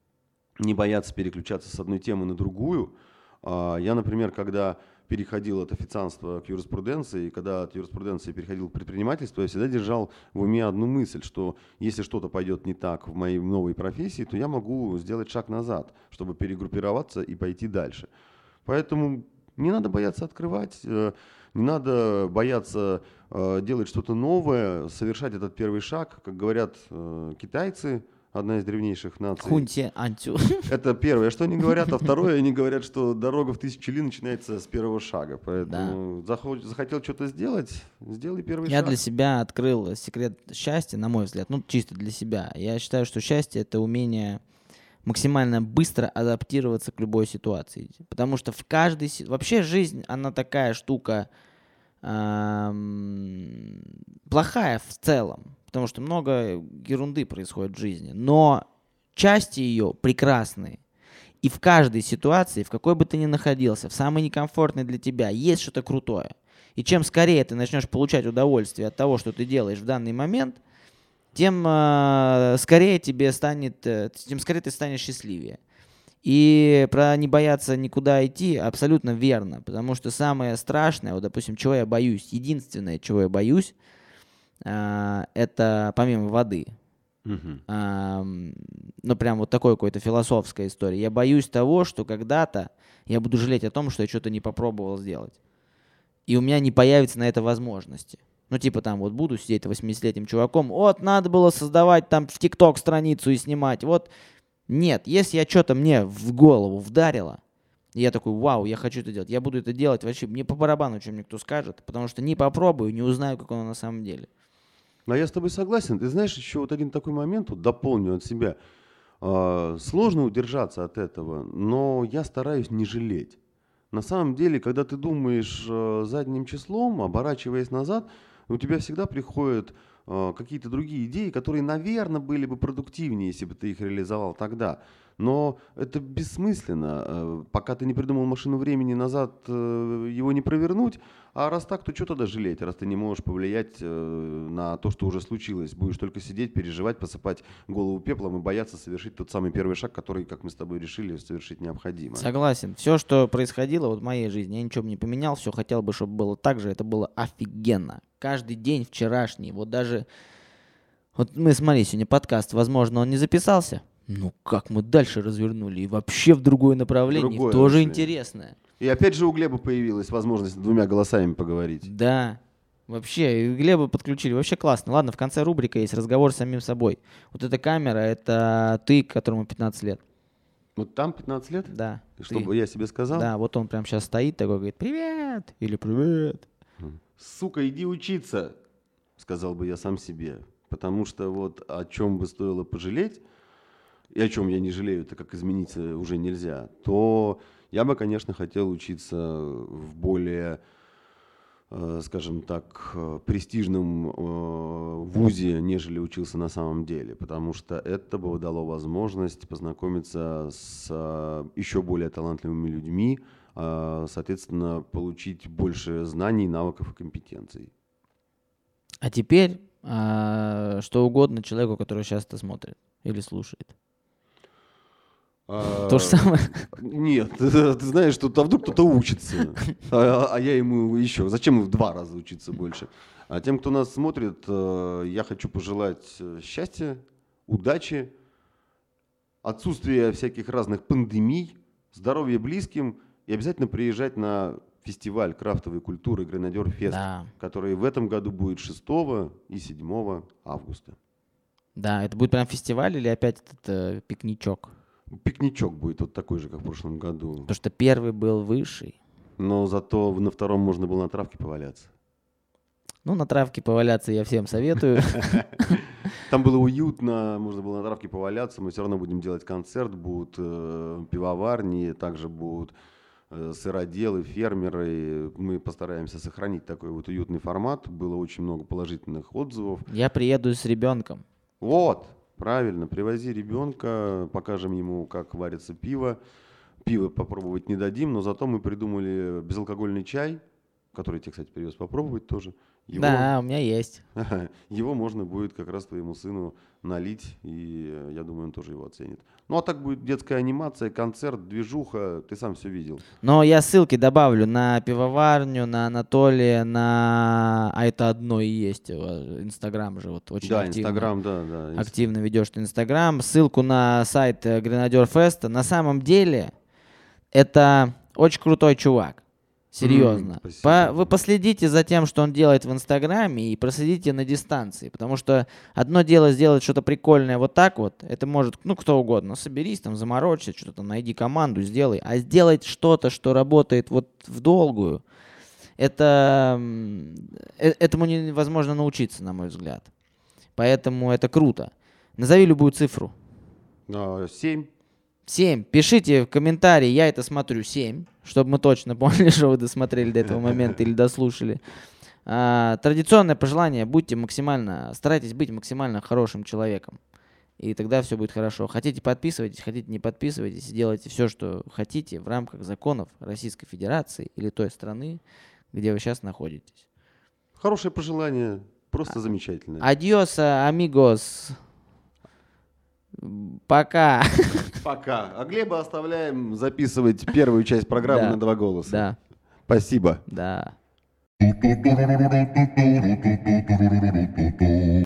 не бояться переключаться с одной темы на другую. Я, например, когда переходил от официанства к юриспруденции, когда от юриспруденции переходил к предпринимательству, я всегда держал в уме одну мысль, что если что-то пойдет не так в моей новой профессии, то я могу сделать шаг назад, чтобы перегруппироваться и пойти дальше. Поэтому Не надо бояться открывать, э, не надо бояться э, делать что-то новое, совершать этот первый шаг. Как говорят э, китайцы, одна из древнейших наций. Хуньте антю. Это первое, что они говорят, а второе, они говорят, что дорога в тысячу ли начинается с первого шага. Поэтому да. захо- захотел что-то сделать, сделай первый Я шаг. Я для себя открыл секрет счастья, на мой взгляд, ну чисто для себя. Я считаю, что счастье — это умение максимально быстро адаптироваться к любой ситуации. Потому что в каждой... Вообще жизнь, она такая штука эм, плохая в целом. Потому что много ерунды происходит в жизни. Но части ее прекрасные. И в каждой ситуации, в какой бы ты ни находился, в самой некомфортной для тебя, есть что-то крутое. И чем скорее ты начнешь получать удовольствие от того, что ты делаешь в данный момент, тем э, скорее тебе станет, э, тем скорее ты станешь счастливее. И про не бояться никуда идти абсолютно верно. Потому что самое страшное, вот, допустим, чего я боюсь, единственное, чего я боюсь, э, это помимо воды. Uh-huh. А, ну, прям вот такой какой-то философская история. Я боюсь того, что когда-то я буду жалеть о том, что я что-то не попробовал сделать. И у меня не появится на это возможности. Ну, типа там вот буду сидеть восьмидесятилетним чуваком, вот, надо было создавать там в ТикТок страницу и снимать. Вот, нет, если я что-то мне в голову вдарило, и я такой, вау, я хочу это делать, я буду это делать вообще, мне по барабану, что мне кто скажет, потому что не попробую, не узнаю, как оно на самом деле. Но я с тобой согласен. Ты знаешь, еще вот один такой момент, вот дополню от себя. Э, сложно удержаться от этого, но я стараюсь не жалеть. На самом деле, когда ты думаешь э, задним числом, оборачиваясь назад, у тебя всегда приходят э, какие-то другие идеи, которые, наверное, были бы продуктивнее, если бы ты их реализовал тогда. Но это бессмысленно. Э, пока ты не придумал машину времени назад, э, его не провернуть. А раз так, то что тогда жалеть, раз ты не можешь повлиять э, на то, что уже случилось? Будешь только сидеть, переживать, посыпать голову пеплом и бояться совершить тот самый первый шаг, который, как мы с тобой решили, совершить необходимо. Согласен. Все, что происходило вот в моей жизни, я ничего бы не поменял, все хотел бы, чтобы было так же, это было офигенно. Каждый день вчерашний, вот даже... Вот мы, смотри, сегодня подкаст, возможно, он не записался. Ну, как мы дальше развернули, и вообще в другое направление, другое тоже вообще интересное. И опять же у Глеба появилась возможность двумя голосами поговорить. Да, вообще, и Глеба подключили, вообще классно. Ладно, в конце рубрика есть разговор с самим собой. Вот эта камера, это ты, которому пятнадцать лет. Вот там пятнадцать лет? Да. Чтобы я себе сказал? Да, вот он прям сейчас стоит такой, говорит, привет, или привет. Сука, иди учиться, сказал бы я сам себе. Потому что вот о чем бы стоило пожалеть, и о чем я не жалею, так как измениться уже нельзя, то я бы, конечно, хотел учиться в более, э, скажем так, престижном э, вузе, нежели учился на самом деле, потому что это бы дало возможность познакомиться с э, еще более талантливыми людьми, э, соответственно, получить больше знаний, навыков и компетенций. А теперь э, что угодно человеку, который сейчас это смотрит или слушает. А, То же самое? Нет, ты, ты знаешь, что а вдруг кто-то учится, а, а я ему еще. Зачем в два раза учиться больше? А тем, кто нас смотрит, я хочу пожелать счастья, удачи, отсутствия всяких разных пандемий, здоровья близким и обязательно приезжать на фестиваль крафтовой культуры Гренадер Фест, да. который в этом году будет шестого и седьмого августа. Да, это будет прям фестиваль или опять этот э, пикничок? Пикничок будет вот такой же, как в прошлом году. Потому что первый был высший. Но зато на втором можно было на травке поваляться. Ну, на травке поваляться я всем советую. Там было уютно, можно было на травке поваляться. Мы все равно будем делать концерт, будут э, пивоварни, также будут э, сыроделы, фермеры. Мы постараемся сохранить такой вот уютный формат. Было очень много положительных отзывов. Я приеду с ребенком. Вот. Правильно, привози ребенка, покажем ему, как варится пиво. Пиво попробовать не дадим, но зато мы придумали безалкогольный чай, который я тебе, кстати, привез попробовать тоже. Его, да, у меня есть. Его можно будет как раз твоему сыну налить, и я думаю, он тоже его оценит. Ну, а так будет детская анимация, концерт, движуха, ты сам все видел. Но я ссылки добавлю на пивоварню, на Анатолия, на... А это одно и есть. Инстаграм же вот очень да, активно. Инстаграм, да, да. Активно ведешь ты Инстаграм. Ссылку на сайт Гренадер Феста. На самом деле, это очень крутой чувак. Серьезно. М, спасибо. По- вы последите за тем, что он делает в Инстаграме, и проследите на дистанции. Потому что одно дело сделать что-то прикольное вот так вот, это может, ну, кто угодно. Соберись, там, заморочься, что-то там, найди команду, сделай. А сделать что-то, что работает вот в долгую, это, м, э- этому невозможно научиться, на мой взгляд. Поэтому это круто. Назови любую цифру. А, Семь. Семь. Пишите в комментарии, я это смотрю, семь, чтобы мы точно поняли, что вы досмотрели до этого момента или дослушали. А, традиционное пожелание: будьте максимально, старайтесь быть максимально хорошим человеком, и тогда все будет хорошо. Хотите — подписывайтесь, хотите — не подписывайтесь, делайте все, что хотите в рамках законов Российской Федерации или той страны, где вы сейчас находитесь. Хорошее пожелание, просто замечательное. Адьос, амигос. Пока. Пока. А Глеба оставляем записывать первую часть программы Да. на два голоса. Да, Спасибо. да.